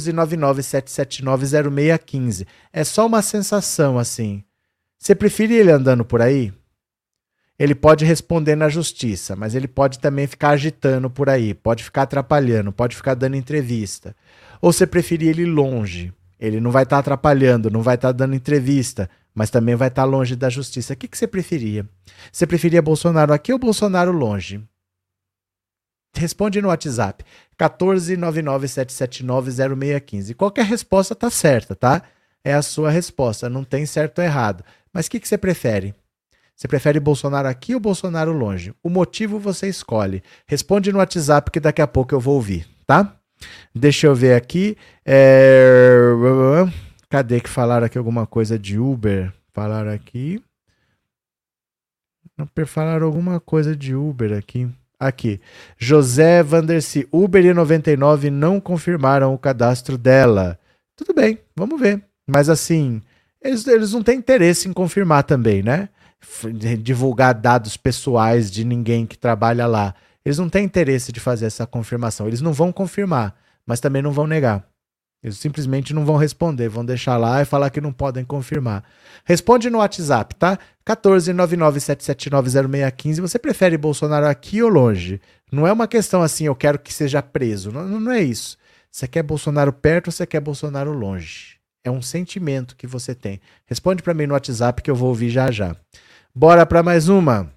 14997790615. É só uma sensação assim. Você prefere ele andando por aí? Ele pode responder na justiça, mas ele pode também ficar agitando por aí, pode ficar atrapalhando, pode ficar dando entrevista. Ou você preferia ele longe? Ele não vai estar atrapalhando, não vai estar dando entrevista, mas também vai estar longe da justiça. O que você preferia? Você preferia Bolsonaro aqui ou Bolsonaro longe? Responde no WhatsApp, 14997790615. Qualquer resposta tá certa, tá? É a sua resposta, não tem certo ou errado. Mas o que você prefere? Você prefere Bolsonaro aqui ou Bolsonaro longe? O motivo você escolhe. Responde no WhatsApp que daqui a pouco eu vou ouvir, tá? Deixa eu ver aqui. Cadê que falaram aqui alguma coisa de Uber? Falaram aqui. Falaram alguma coisa de Uber aqui. Aqui. José Vandercy. Uber e 99 não confirmaram o cadastro dela. Tudo bem, vamos ver. Mas assim, eles não têm interesse em confirmar também, né? Divulgar dados pessoais de ninguém que trabalha lá. Eles não têm interesse de fazer essa confirmação. Eles não vão confirmar, mas também não vão negar. Eles simplesmente não vão responder, vão deixar lá e falar que não podem confirmar. Responde no WhatsApp, tá? 14997790615. Você prefere Bolsonaro aqui ou longe? Não é uma questão assim, eu quero que seja preso. Não é isso. Você quer Bolsonaro perto ou você quer Bolsonaro longe? É um sentimento que você tem. Responde para mim no WhatsApp que eu vou ouvir já já. Bora para mais uma.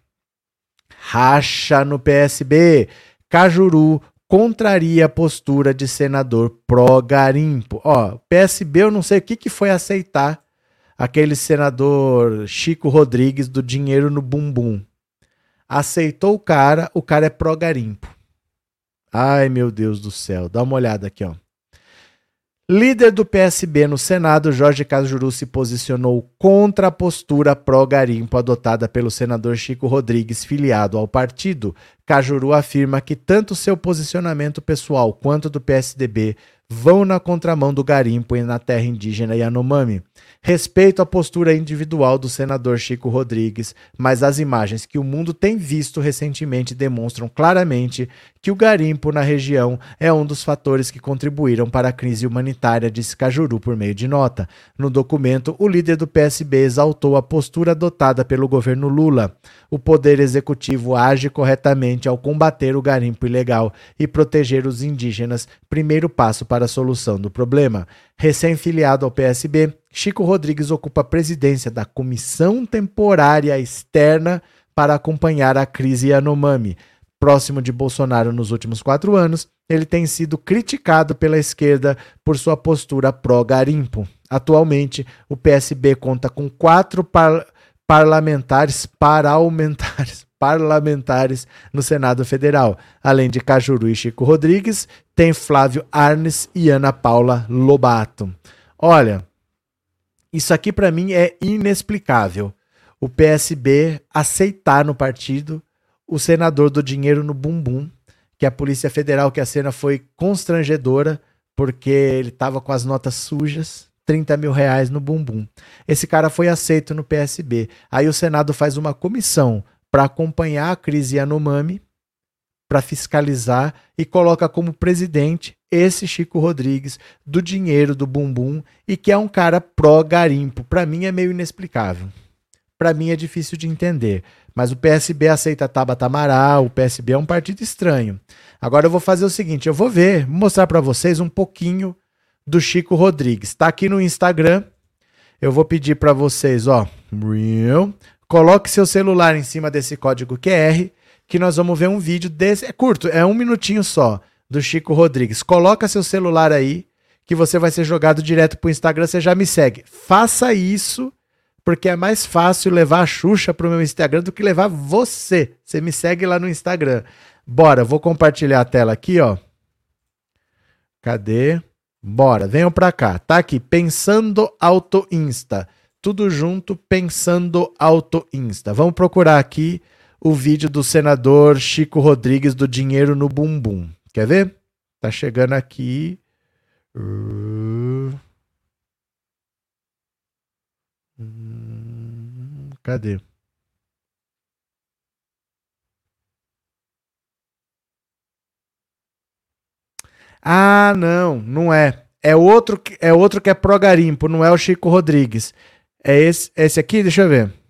Racha no PSB. Cajuru contraria a postura de senador pró-garimpo. Ó, PSB eu não sei o que foi aceitar aquele senador Chico Rodrigues do dinheiro no bumbum. Aceitou o cara é pró-garimpo. Ai, meu Deus do céu. Dá uma olhada aqui, ó. Líder do PSB no Senado, Jorge Cajuru se posicionou contra a postura pró-garimpo adotada pelo senador Chico Rodrigues, filiado ao partido. Cajuru afirma que tanto seu posicionamento pessoal quanto do PSDB vão na contramão do garimpo e na terra indígena Yanomami. Respeito a postura individual do senador Chico Rodrigues, mas as imagens que o mundo tem visto recentemente demonstram claramente que o garimpo na região é um dos fatores que contribuíram para a crise humanitária, disse Cajuru por meio de nota. No documento, o líder do PSB exaltou a postura adotada pelo governo Lula. O poder executivo age corretamente ao combater o garimpo ilegal e proteger os indígenas, primeiro passo para a solução do problema. Recém-filiado ao PSB, Chico Rodrigues ocupa a presidência da Comissão Temporária Externa para acompanhar a crise Yanomami. Próximo de Bolsonaro nos últimos 4 anos, ele tem sido criticado pela esquerda por sua postura pró-garimpo. Atualmente, o PSB conta com 4 parlamentares no Senado Federal. Além de Cajuru e Chico Rodrigues, tem Flávio Arnes e Ana Paula Lobato. Olha, isso aqui para mim é inexplicável. O PSB aceitar no partido o senador do dinheiro no bumbum, que a Polícia Federal, que a cena foi constrangedora, porque ele estava com as notas sujas, 30 mil reais no bumbum. Esse cara foi aceito no PSB. Aí o Senado faz uma comissão para acompanhar a crise Yanomami, para fiscalizar e coloca como presidente esse Chico Rodrigues do dinheiro do bumbum e que é um cara pró-garimpo. Para mim é meio inexplicável. Para mim é difícil de entender. Mas o PSB aceita Tabata Amaral, o PSB é um partido estranho. Agora eu vou fazer o seguinte, eu vou mostrar para vocês um pouquinho do Chico Rodrigues. Tá aqui no Instagram. Eu vou pedir para vocês, ó, coloque seu celular em cima desse código QR, que nós vamos ver um vídeo desse, é curto, é 1 minutinho só, do Chico Rodrigues. Coloca seu celular aí, que você vai ser jogado direto pro Instagram, você já me segue. Faça isso, porque é mais fácil levar a Xuxa pro meu Instagram do que levar você. Você me segue lá no Instagram. Bora, vou compartilhar a tela aqui, ó. Cadê? Bora, venham pra cá. Tá aqui, Pensando Auto Insta. Tudo junto, Pensando Auto Insta. Vamos procurar aqui o vídeo do senador Chico Rodrigues do dinheiro no bumbum. Quer ver? Tá chegando aqui. Cadê? Ah, não é. É outro que é pró garimpo, não é o Chico Rodrigues. É esse aqui, deixa eu ver.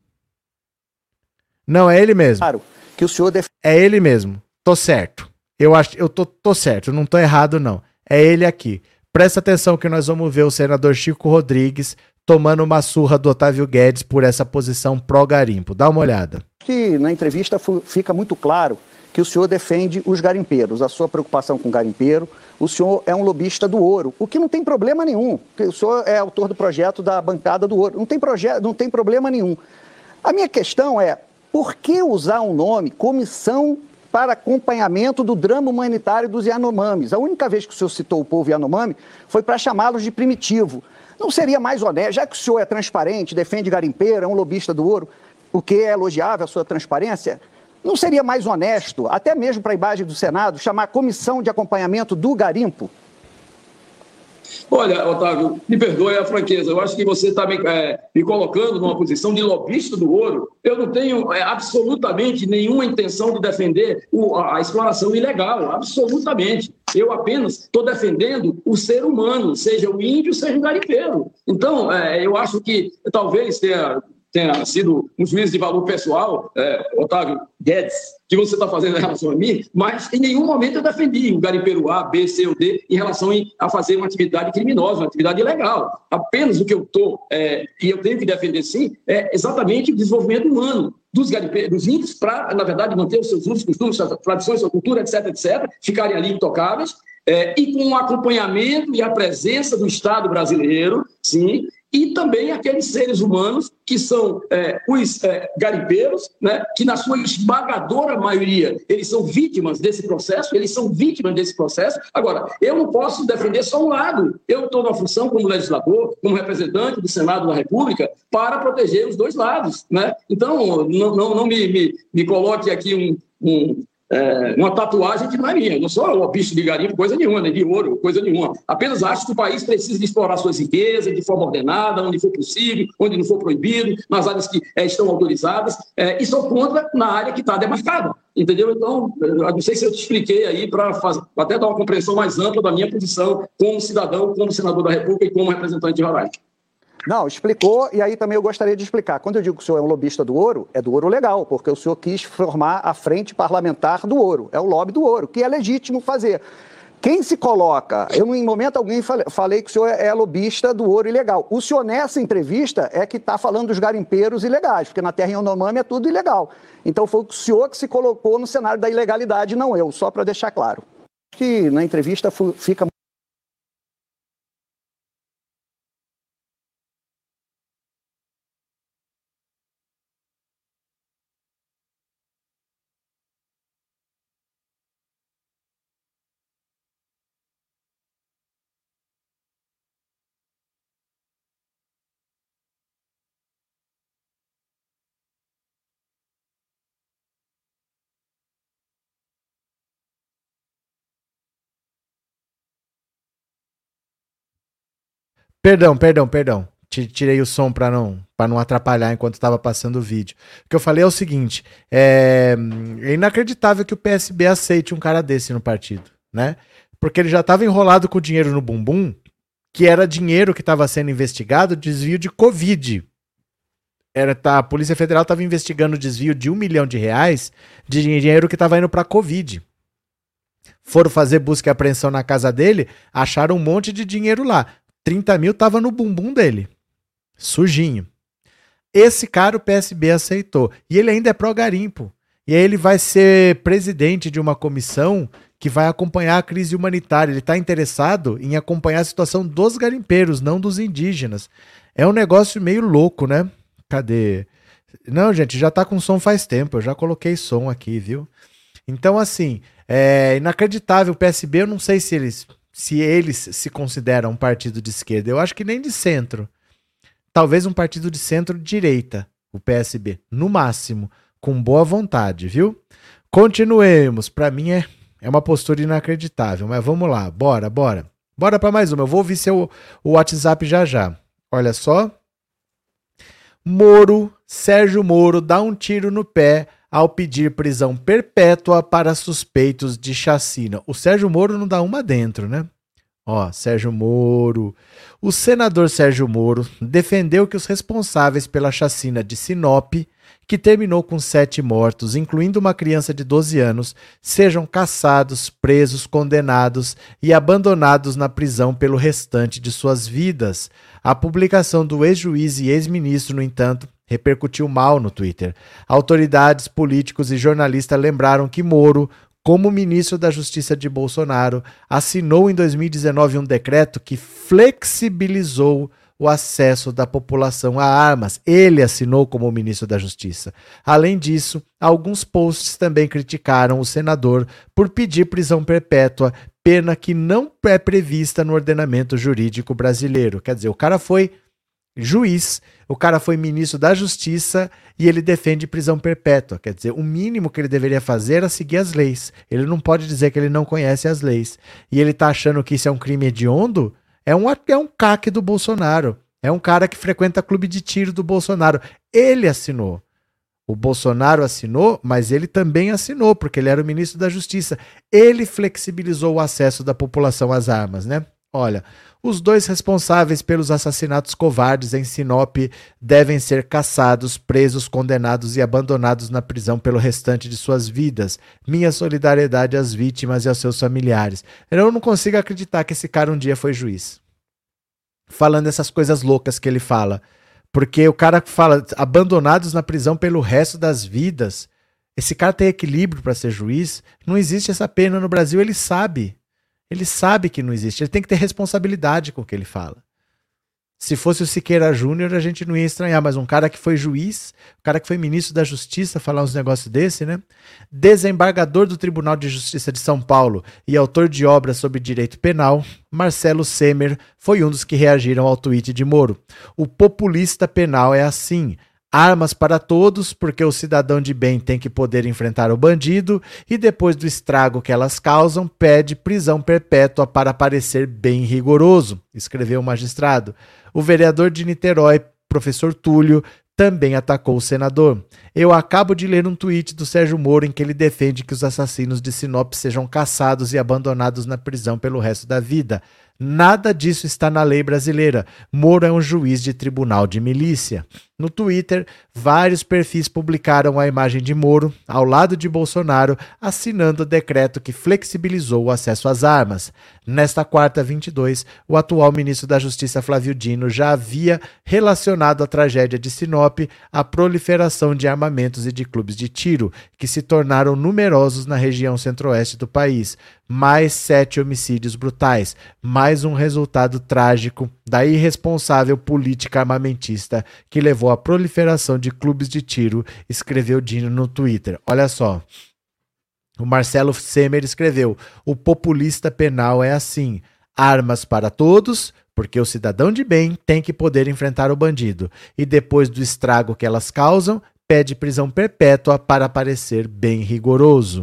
Não, é ele mesmo. Claro que o senhor É ele mesmo. Tô certo. Eu tô certo, não tô errado não. É ele aqui. Presta atenção que nós vamos ver o senador Chico Rodrigues tomando uma surra do Otávio Guedes por essa posição pró garimpo. Dá uma olhada. que na entrevista fica muito claro que o senhor defende os garimpeiros, a sua preocupação com o garimpeiro. O senhor é um lobista do ouro, o que não tem problema nenhum, porque o senhor é autor do projeto da bancada do ouro, não tem problema nenhum. A minha questão é, por que usar um nome, Comissão para Acompanhamento do Drama Humanitário dos Yanomamis? A única vez que o senhor citou o povo Yanomami foi para chamá-los de primitivo. Não seria mais honesto, já que o senhor é transparente, defende garimpeiro, é um lobista do ouro, o que é elogiável a sua transparência, não seria mais honesto, até mesmo para a imagem do Senado, chamar a Comissão de Acompanhamento do Garimpo? Olha, Otávio, me perdoe a franqueza, eu acho que você está me colocando numa posição de lobista do ouro. Eu não tenho absolutamente nenhuma intenção de defender a exploração ilegal, absolutamente. Eu apenas estou defendendo o ser humano, seja o índio, seja o garimpeiro. Então, eu acho que talvez tenha sido um juízo de valor pessoal, Otávio Guedes, que você está fazendo em relação a mim, mas em nenhum momento eu defendi o garimpeiro A, B, C ou D em relação a fazer uma atividade criminosa, uma atividade ilegal. Apenas o que eu estou, e eu tenho que defender sim, é exatamente o desenvolvimento humano dos garimpeiros, dos índios, para, na verdade, manter os seus usos, costumes, suas tradições, sua cultura, etc., ficarem ali intocáveis, e com o acompanhamento e a presença do Estado brasileiro, sim, e também aqueles seres humanos que são os garimpeiros, né, que na sua esmagadora maioria eles são vítimas desse processo, Agora, eu não posso defender só um lado, eu estou na função como legislador, como representante do Senado da República, para proteger os dois lados, né? Então, não me coloque aqui uma tatuagem que não é minha. Eu não sou lobista de garimpo, coisa nenhuma, nem de ouro, coisa nenhuma. Apenas acho que o país precisa de explorar suas riquezas de forma ordenada, onde for possível, onde não for proibido, nas áreas que estão autorizadas, e sou contra na área que está demarcada. Entendeu? Então, eu não sei se eu te expliquei aí para até dar uma compreensão mais ampla da minha posição como cidadão, como senador da República e como representante de Roraima. Não, explicou, e aí também eu gostaria de explicar. Quando eu digo que o senhor é um lobista do ouro, é do ouro legal, porque o senhor quis formar a frente parlamentar do ouro. É o lobby do ouro, que é legítimo fazer. Quem se coloca, eu em momento algum falei que o senhor é lobista do ouro ilegal. O senhor nessa entrevista é que está falando dos garimpeiros ilegais, porque na terra Yanomami é tudo ilegal. Então foi o senhor que se colocou no cenário da ilegalidade, não eu, só para deixar claro. Que na entrevista fica Perdão. Tirei o som para não atrapalhar enquanto estava passando o vídeo. O que eu falei é o seguinte: é inacreditável que o PSB aceite um cara desse no partido, né? Porque ele já estava enrolado com dinheiro no bumbum, que era dinheiro que estava sendo investigado, desvio de Covid. A Polícia Federal estava investigando o desvio de R$1 milhão de dinheiro que estava indo para Covid. Foram fazer busca e apreensão na casa dele, acharam um monte de dinheiro lá. 30 mil estava no bumbum dele. Sujinho. Esse cara o PSB aceitou. E ele ainda é pró-garimpo. E aí ele vai ser presidente de uma comissão que vai acompanhar a crise humanitária. Ele está interessado em acompanhar a situação dos garimpeiros, não dos indígenas. É um negócio meio louco, né? Cadê? Não, gente, já tá com som faz tempo. Eu já coloquei som aqui, viu? Então, assim, é inacreditável. O PSB, eu não sei se eles se consideram um partido de esquerda. Eu acho que nem de centro. Talvez um partido de centro-direita, o PSB, no máximo. com boa vontade, viu? Continuemos. Para mim é uma postura inacreditável, mas vamos lá. Bora. Bora para mais uma. Eu vou ouvir o WhatsApp já. Olha só. Sérgio Moro dá um tiro no pé ao pedir prisão perpétua para suspeitos de chacina. O Sérgio Moro não dá uma dentro, né? Ó, Sérgio Moro. O senador Sérgio Moro defendeu que os responsáveis pela chacina de Sinop, que terminou com 7 mortos, incluindo uma criança de 12 anos, sejam caçados, presos, condenados e abandonados na prisão pelo restante de suas vidas. A publicação do ex-juiz e ex-ministro, no entanto, repercutiu mal no Twitter. Autoridades, políticos e jornalistas lembraram que Moro, como ministro da Justiça de Bolsonaro, assinou em 2019 um decreto que flexibilizou o acesso da população a armas. Ele assinou como ministro da Justiça. Além disso, alguns posts também criticaram o senador por pedir prisão perpétua, pena que não é prevista no ordenamento jurídico brasileiro. Quer dizer, o cara foi juiz, o cara foi ministro da Justiça e ele defende prisão perpétua. Quer dizer, o mínimo que ele deveria fazer era seguir as leis. Ele não pode dizer que ele não conhece as leis. E ele tá achando que isso é um crime hediondo? É um caque do Bolsonaro. É um cara que frequenta clube de tiro do Bolsonaro. Ele assinou. O Bolsonaro assinou, mas ele também assinou, porque ele era o ministro da Justiça. Ele flexibilizou o acesso da população às armas, né? Olha, os 2 responsáveis pelos assassinatos covardes em Sinop devem ser caçados, presos, condenados e abandonados na prisão pelo restante de suas vidas. Minha solidariedade às vítimas e aos seus familiares. Eu não consigo acreditar que esse cara um dia foi juiz. Falando essas coisas loucas que ele fala. Porque o cara fala abandonados na prisão pelo resto das vidas. Esse cara tem equilíbrio para ser juiz? Não existe essa pena no Brasil, ele sabe. Ele sabe que não existe. Ele tem que ter responsabilidade com o que ele fala. Se fosse o Siqueira Júnior, a gente não ia estranhar, mas um cara que foi juiz, um cara que foi ministro da Justiça, falar uns negócios desse, né? Desembargador do Tribunal de Justiça de São Paulo e autor de obras sobre direito penal, Marcelo Semer foi um dos que reagiram ao tweet de Moro. O populista penal é assim: armas para todos, porque o cidadão de bem tem que poder enfrentar o bandido e depois do estrago que elas causam, pede prisão perpétua para parecer bem rigoroso, escreveu o magistrado. O vereador de Niterói, professor Túlio, também atacou o senador. Eu acabo de ler um tweet do Sérgio Moro em que ele defende que os assassinos de Sinop sejam caçados e abandonados na prisão pelo resto da vida. Nada disso está na lei brasileira. Moro é um juiz de tribunal de milícia. No Twitter, vários perfis publicaram a imagem de Moro, ao lado de Bolsonaro, assinando o decreto que flexibilizou o acesso às armas. Nesta quarta, 22, o atual ministro da Justiça, Flávio Dino, já havia relacionado a tragédia de Sinop à proliferação de armamentos e de clubes de tiro, que se tornaram numerosos na região centro-oeste do país. Mais 7 homicídios brutais, mais um resultado trágico da irresponsável política armamentista que levou à proliferação de clubes de tiro, escreveu Dino no Twitter. Olha só, o Marcelo Semer escreveu: o populista penal é assim, armas para todos, porque o cidadão de bem tem que poder enfrentar o bandido, e depois do estrago que elas causam, pede prisão perpétua para parecer bem rigoroso.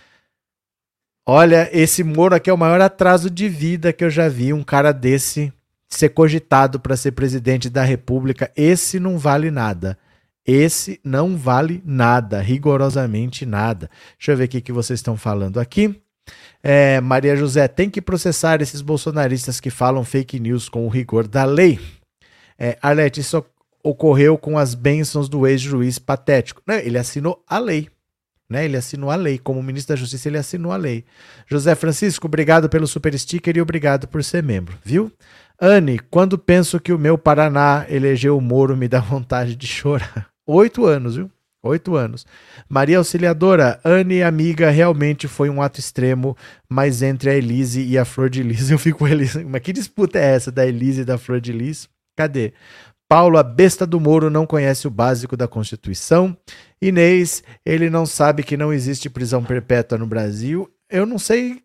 Olha, esse Moro aqui é o maior atraso de vida que eu já vi, um cara desse ser cogitado para ser presidente da República. Esse não vale nada. Esse não vale nada, rigorosamente nada. Deixa eu ver o que vocês estão falando aqui. Maria José, tem que processar esses bolsonaristas que falam fake news com o rigor da lei. Arlete, isso ocorreu com as bênçãos do ex-juiz patético. Não, ele assinou a lei. Né? Ele assinou a lei, como ministro da Justiça ele assinou a lei. José Francisco, obrigado pelo super sticker e obrigado por ser membro, viu? Anne, quando penso que o meu Paraná elegeu o Moro, me dá vontade de chorar. 8 anos, viu? 8 anos. Maria Auxiliadora, Anne, amiga, realmente foi um ato extremo, mas entre a Elise e a Flor de Lis, eu fico com Elise. Mas que disputa é essa da Elise e da Flor de Lis? Cadê? Paulo, a besta do Moro, não conhece o básico da Constituição. Inês, ele não sabe que não existe prisão perpétua no Brasil. Eu não sei,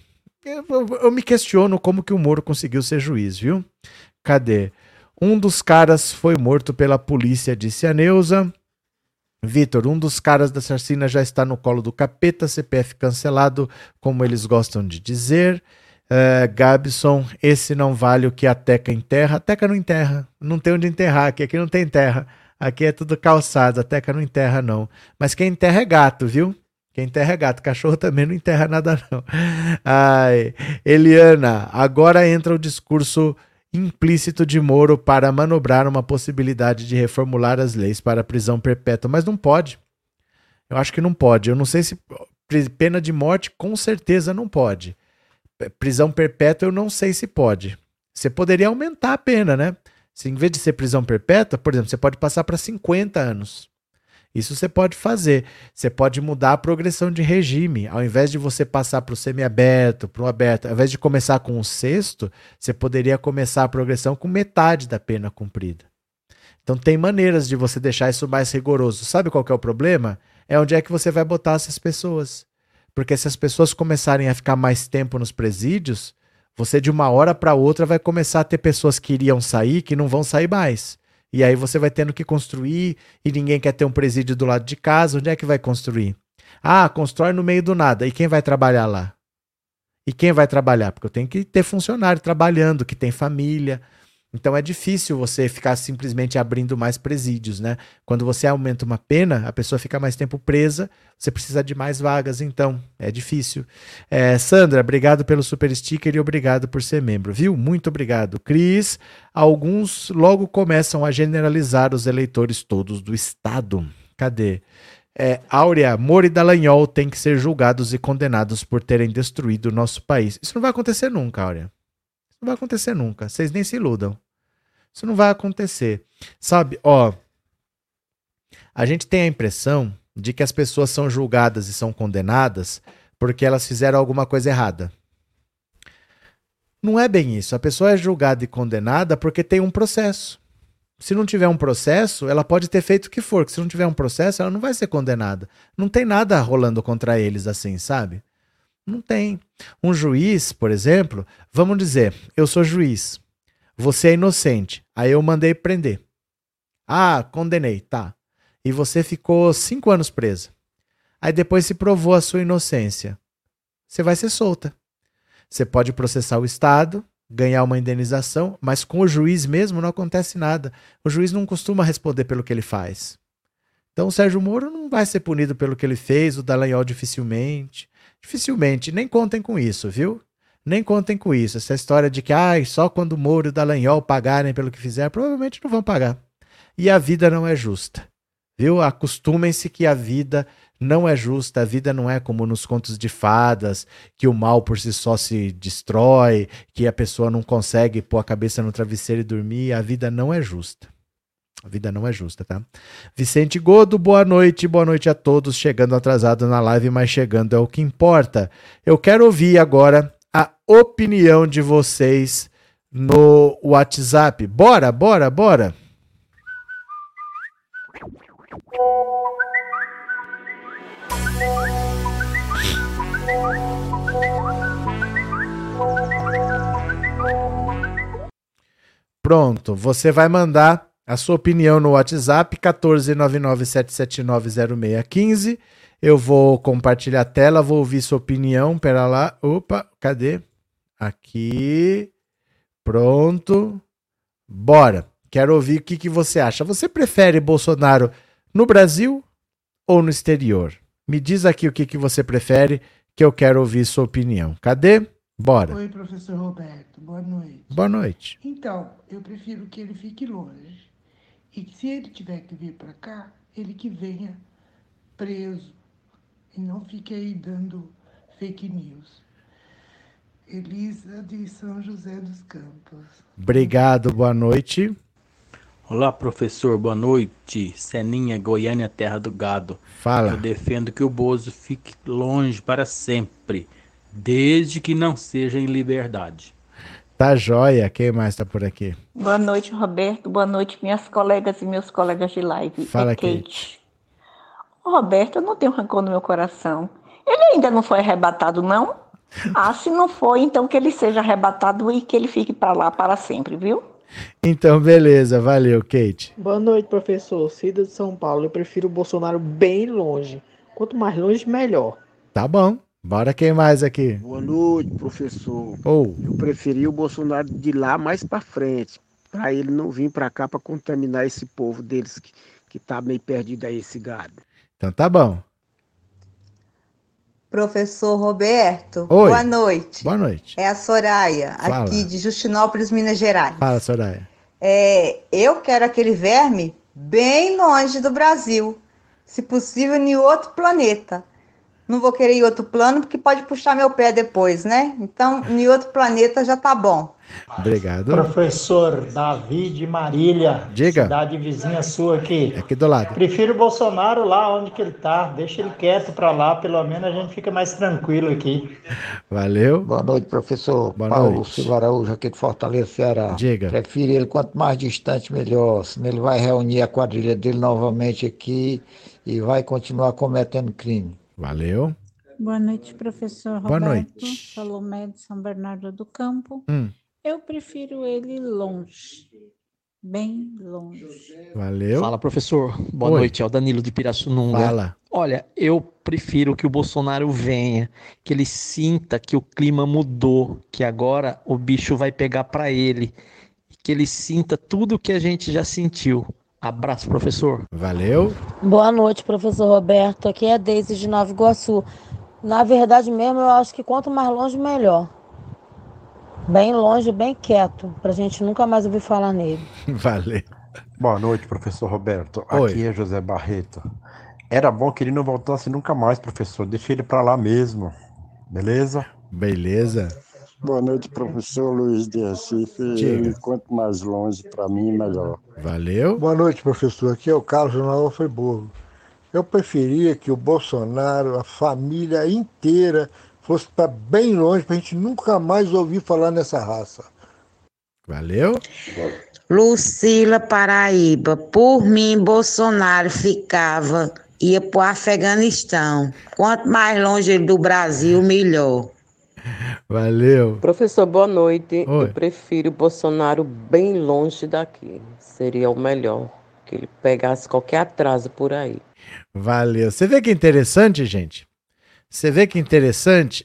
eu me questiono como que o Moro conseguiu ser juiz, viu? Cadê? Um dos caras foi morto pela polícia, disse a Neuza. Vitor, um dos caras da Sarcina já está no colo do capeta, CPF cancelado, como eles gostam de dizer. Gabson, esse não vale o que a Teca enterra. A Teca não enterra, não tem onde enterrar, aqui não tem terra. Aqui é tudo calçado, a Teca não enterra não. Mas quem enterra é gato, viu? Quem enterra é gato, cachorro também não enterra nada não. Ai, Eliana, agora entra o discurso implícito de Moro para manobrar uma possibilidade de reformular as leis para prisão perpétua, mas não pode. Eu acho que não pode. Eu não sei se pena de morte, com certeza não pode. Prisão perpétua eu não sei se pode. Você poderia aumentar a pena, né? Se em vez de ser prisão perpétua, por exemplo, você pode passar para 50 anos. Isso você pode fazer. Você pode mudar a progressão de regime. Ao invés de você passar para o semiaberto, para o aberto, ao invés de começar com o sexto, você poderia começar a progressão com metade da pena cumprida. Então tem maneiras de você deixar isso mais rigoroso. Sabe qual que é o problema? É onde é que você vai botar essas pessoas. Porque se as pessoas começarem a ficar mais tempo nos presídios, você de uma hora para outra vai começar a ter pessoas que iriam sair que não vão sair mais. E aí você vai tendo que construir e ninguém quer ter um presídio do lado de casa. Onde é que vai construir? Ah, constrói no meio do nada. E quem vai trabalhar lá? E quem vai trabalhar? Porque eu tenho que ter funcionário trabalhando, que tem família. Então é difícil você ficar simplesmente abrindo mais presídios, né? Quando você aumenta uma pena, a pessoa fica mais tempo presa, você precisa de mais vagas, então é difícil. Sandra, obrigado pelo super sticker e obrigado por ser membro, viu? Muito obrigado. Cris, alguns logo começam a generalizar os eleitores todos do Estado. Cadê? Áurea, Moro e Dallagnol têm que ser julgados e condenados por terem destruído o nosso país. Isso não vai acontecer nunca, Áurea. Não vai acontecer nunca. Vocês nem se iludam. Isso não vai acontecer. Sabe, a gente tem a impressão de que as pessoas são julgadas e são condenadas porque elas fizeram alguma coisa errada. Não é bem isso. A pessoa é julgada e condenada porque tem um processo. Se não tiver um processo, ela pode ter feito o que for. Se não tiver um processo, ela não vai ser condenada. Não tem nada rolando contra eles assim, sabe? Não tem. Um juiz, por exemplo, vamos dizer, eu sou juiz, você é inocente, aí eu mandei prender. Ah, condenei, tá. E você ficou 5 anos presa. Aí depois se provou a sua inocência. Você vai ser solta. Você pode processar o Estado, ganhar uma indenização, mas com o juiz mesmo não acontece nada. O juiz não costuma responder pelo que ele faz. Então o Sérgio Moro não vai ser punido pelo que ele fez, o Dallagnol dificilmente. Dificilmente, nem contem com isso, viu? Nem contem com isso. Essa história de que só quando o Moro e o Dallagnol pagarem pelo que fizeram, provavelmente não vão pagar. E a vida não é justa, viu? Acostumem-se que a vida não é justa, a vida não é como nos contos de fadas, que o mal por si só se destrói, que a pessoa não consegue pôr a cabeça no travesseiro e dormir. A vida não é justa. A vida não é justa, tá? Vicente Godo, boa noite a todos. Chegando atrasado na live, mas chegando é o que importa. Eu quero ouvir agora a opinião de vocês no WhatsApp. Bora. Pronto, você vai mandar a sua opinião no WhatsApp, 14997790615. Eu vou compartilhar a tela, vou ouvir sua opinião. Pera lá. Opa, cadê? Aqui. Pronto. Bora. Quero ouvir o que você acha. Você prefere Bolsonaro no Brasil ou no exterior? Me diz aqui o que você prefere, que eu quero ouvir sua opinião. Cadê? Bora. Oi, professor Roberto. Boa noite. Boa noite. Então, eu prefiro que ele fique longe. E se ele tiver que vir para cá, ele que venha preso. E não fique aí dando fake news. Elisa de São José dos Campos. Obrigado, boa noite. Olá, professor, boa noite. Seninha, Goiânia, terra do gado. Fala. Eu defendo que o Bozo fique longe para sempre, desde que não seja em liberdade. Tá joia. Quem mais tá por aqui? Boa noite, Roberto. Boa noite, minhas colegas e meus colegas de live. Fala, Kate. Roberto, eu não tenho rancor no meu coração. Ele ainda não foi arrebatado, não? Se não foi, então que ele seja arrebatado e que ele fique para lá para sempre, viu? Então, beleza. Valeu, Kate. Boa noite, professor. Cida de São Paulo. Eu prefiro o Bolsonaro bem longe. Quanto mais longe, melhor. Tá bom. Bora, quem mais aqui? Boa noite, professor. Ou, Eu preferi o Bolsonaro de lá mais para frente, para ele não vir para cá para contaminar esse povo deles que tá meio perdido aí, esse gado. então tá bom. Professor Roberto, Oi. boa noite. Boa noite. É a Soraya, Fala. aqui de Justinópolis, Minas Gerais. Fala, Soraya. Eu quero aquele verme bem longe do Brasil, se possível em outro planeta. Não vou querer ir outro plano porque pode puxar meu pé depois, né? Então, em outro planeta já tá bom. Obrigado. Professor Davi de Marília, Diga. cidade vizinha sua aqui. Aqui do lado. Prefiro o Bolsonaro lá onde que ele tá, deixa ele quieto pra lá, pelo menos a gente fica mais tranquilo aqui. Valeu. Boa noite, professor. Boa Paulo noite. Silva Araújo, aqui de Fortaleza, Ceará. Diga. Prefiro ele quanto mais distante, melhor. Senão ele vai reunir a quadrilha dele novamente aqui e vai continuar cometendo crime. Valeu. Boa noite, professor Boa Roberto. noite. Salomé de São Bernardo do Campo. Hum, Eu prefiro ele longe, bem longe. valeu. Fala, professor. Boa Oi. noite. É o Danilo de Pirassununga. Fala. Olha, eu prefiro que o Bolsonaro venha, que ele sinta que o clima mudou, que agora o bicho vai pegar pra ele, que ele sinta tudo que a gente já sentiu. Abraço, professor. Valeu. Boa noite, professor Roberto. Aqui é a Deise de Nova Iguaçu. Na verdade mesmo, eu acho que quanto mais longe, melhor. Bem longe, bem quieto, pra gente nunca mais ouvir falar nele. Valeu. Boa noite, professor Roberto. Oi. Aqui é José Barreto. Era bom que ele não voltasse nunca mais, professor. Deixa ele pra lá mesmo. Beleza? Beleza. Boa noite, professor Luiz de Recife. Diga. Quanto mais longe, para mim, melhor. Valeu. Boa noite, professor. Aqui é o Carlos Nova Friburgo. Eu preferia que o Bolsonaro, a família inteira, fosse para bem longe, para a gente nunca mais ouvir falar nessa raça. Valeu. Lucila, Paraíba. Por mim, Bolsonaro ia para o Afeganistão. Quanto mais longe do Brasil, melhor. Valeu. Professor, boa noite. Oi. Eu prefiro o Bolsonaro bem longe daqui. Seria o melhor. Que ele pegasse qualquer atraso por aí. Valeu. Você vê que interessante, gente? Você vê que interessante?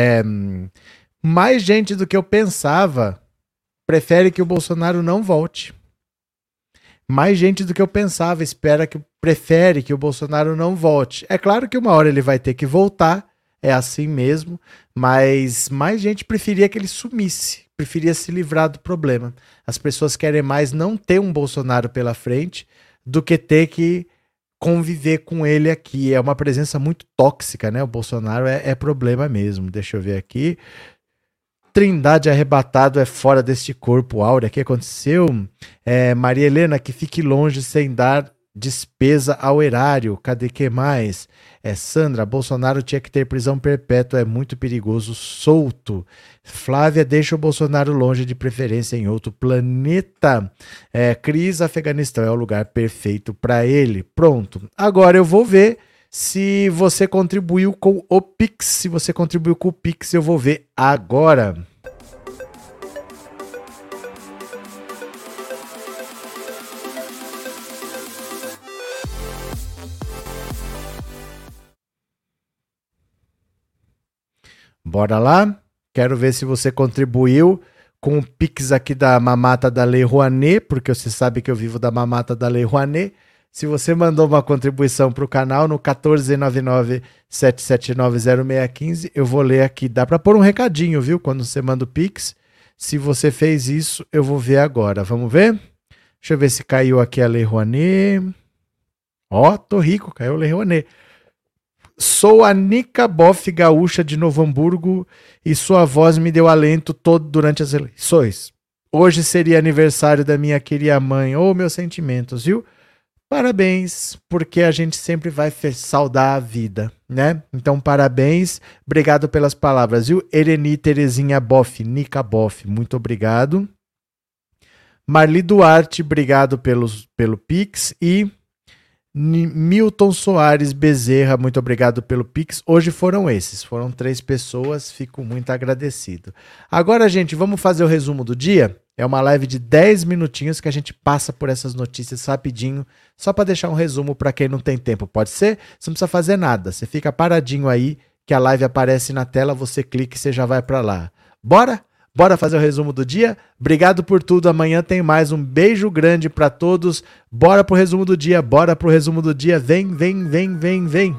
Mais gente do que eu pensava prefere que o Bolsonaro não volte. Mais gente do que eu pensava prefere que o Bolsonaro não volte. É claro que uma hora ele vai ter que voltar, é assim mesmo, mas mais gente preferia que ele sumisse, preferia se livrar do problema. As pessoas querem mais não ter um Bolsonaro pela frente do que ter que conviver com ele aqui. É uma presença muito tóxica, né? O Bolsonaro é problema mesmo. Deixa eu ver aqui. Trindade arrebatado é fora deste corpo, Áurea. O que aconteceu? Maria Helena, que fique longe sem dar despesa ao erário. Cadê que mais? Sandra, Bolsonaro tinha que ter prisão perpétua, é muito perigoso, solto. Flávia, deixa o Bolsonaro longe, de preferência em outro planeta. Cris, Afeganistão é o lugar perfeito para ele. Pronto. Agora eu vou ver se você contribuiu com o Pix. Se você contribuiu com o Pix, eu vou ver agora. Bora lá? Quero ver se você contribuiu com o Pix aqui da Mamata da Lei Rouanet, porque você sabe que eu vivo da Mamata da Lei Rouanet. Se você mandou uma contribuição para o canal no 14997790615, eu vou ler aqui. Dá para pôr um recadinho, viu? Quando você manda o Pix. Se você fez isso, eu vou ver agora. Vamos ver? Deixa eu ver se caiu aqui a Lei Rouanet. Ó, tô rico, caiu a Lei Rouanet. Sou a Nica Boff gaúcha de Novo Hamburgo e sua voz me deu alento todo durante as eleições. Hoje seria aniversário da minha querida mãe. Oh, meus sentimentos, viu? Parabéns, porque a gente sempre vai saudar a vida, né? Então, parabéns. Obrigado pelas palavras, viu? Ereni Terezinha Boff, Nica Boff, muito obrigado. Marli Duarte, obrigado pelo Pix. E Milton Soares Bezerra, muito obrigado pelo Pix. Hoje foram esses, foram 3 pessoas, fico muito agradecido. Agora, gente, vamos fazer o resumo do dia? É uma live de 10 minutinhos que a gente passa por essas notícias rapidinho, só para deixar um resumo para quem não tem tempo. Pode ser? Você não precisa fazer nada. Você fica paradinho aí, que a live aparece na tela, você clica e você já vai para lá. Bora? Bora fazer o resumo do dia? Obrigado por tudo. Amanhã tem mais. Um beijo grande para todos. Bora pro resumo do dia. Bora pro resumo do dia. Vem, vem, vem, vem, vem.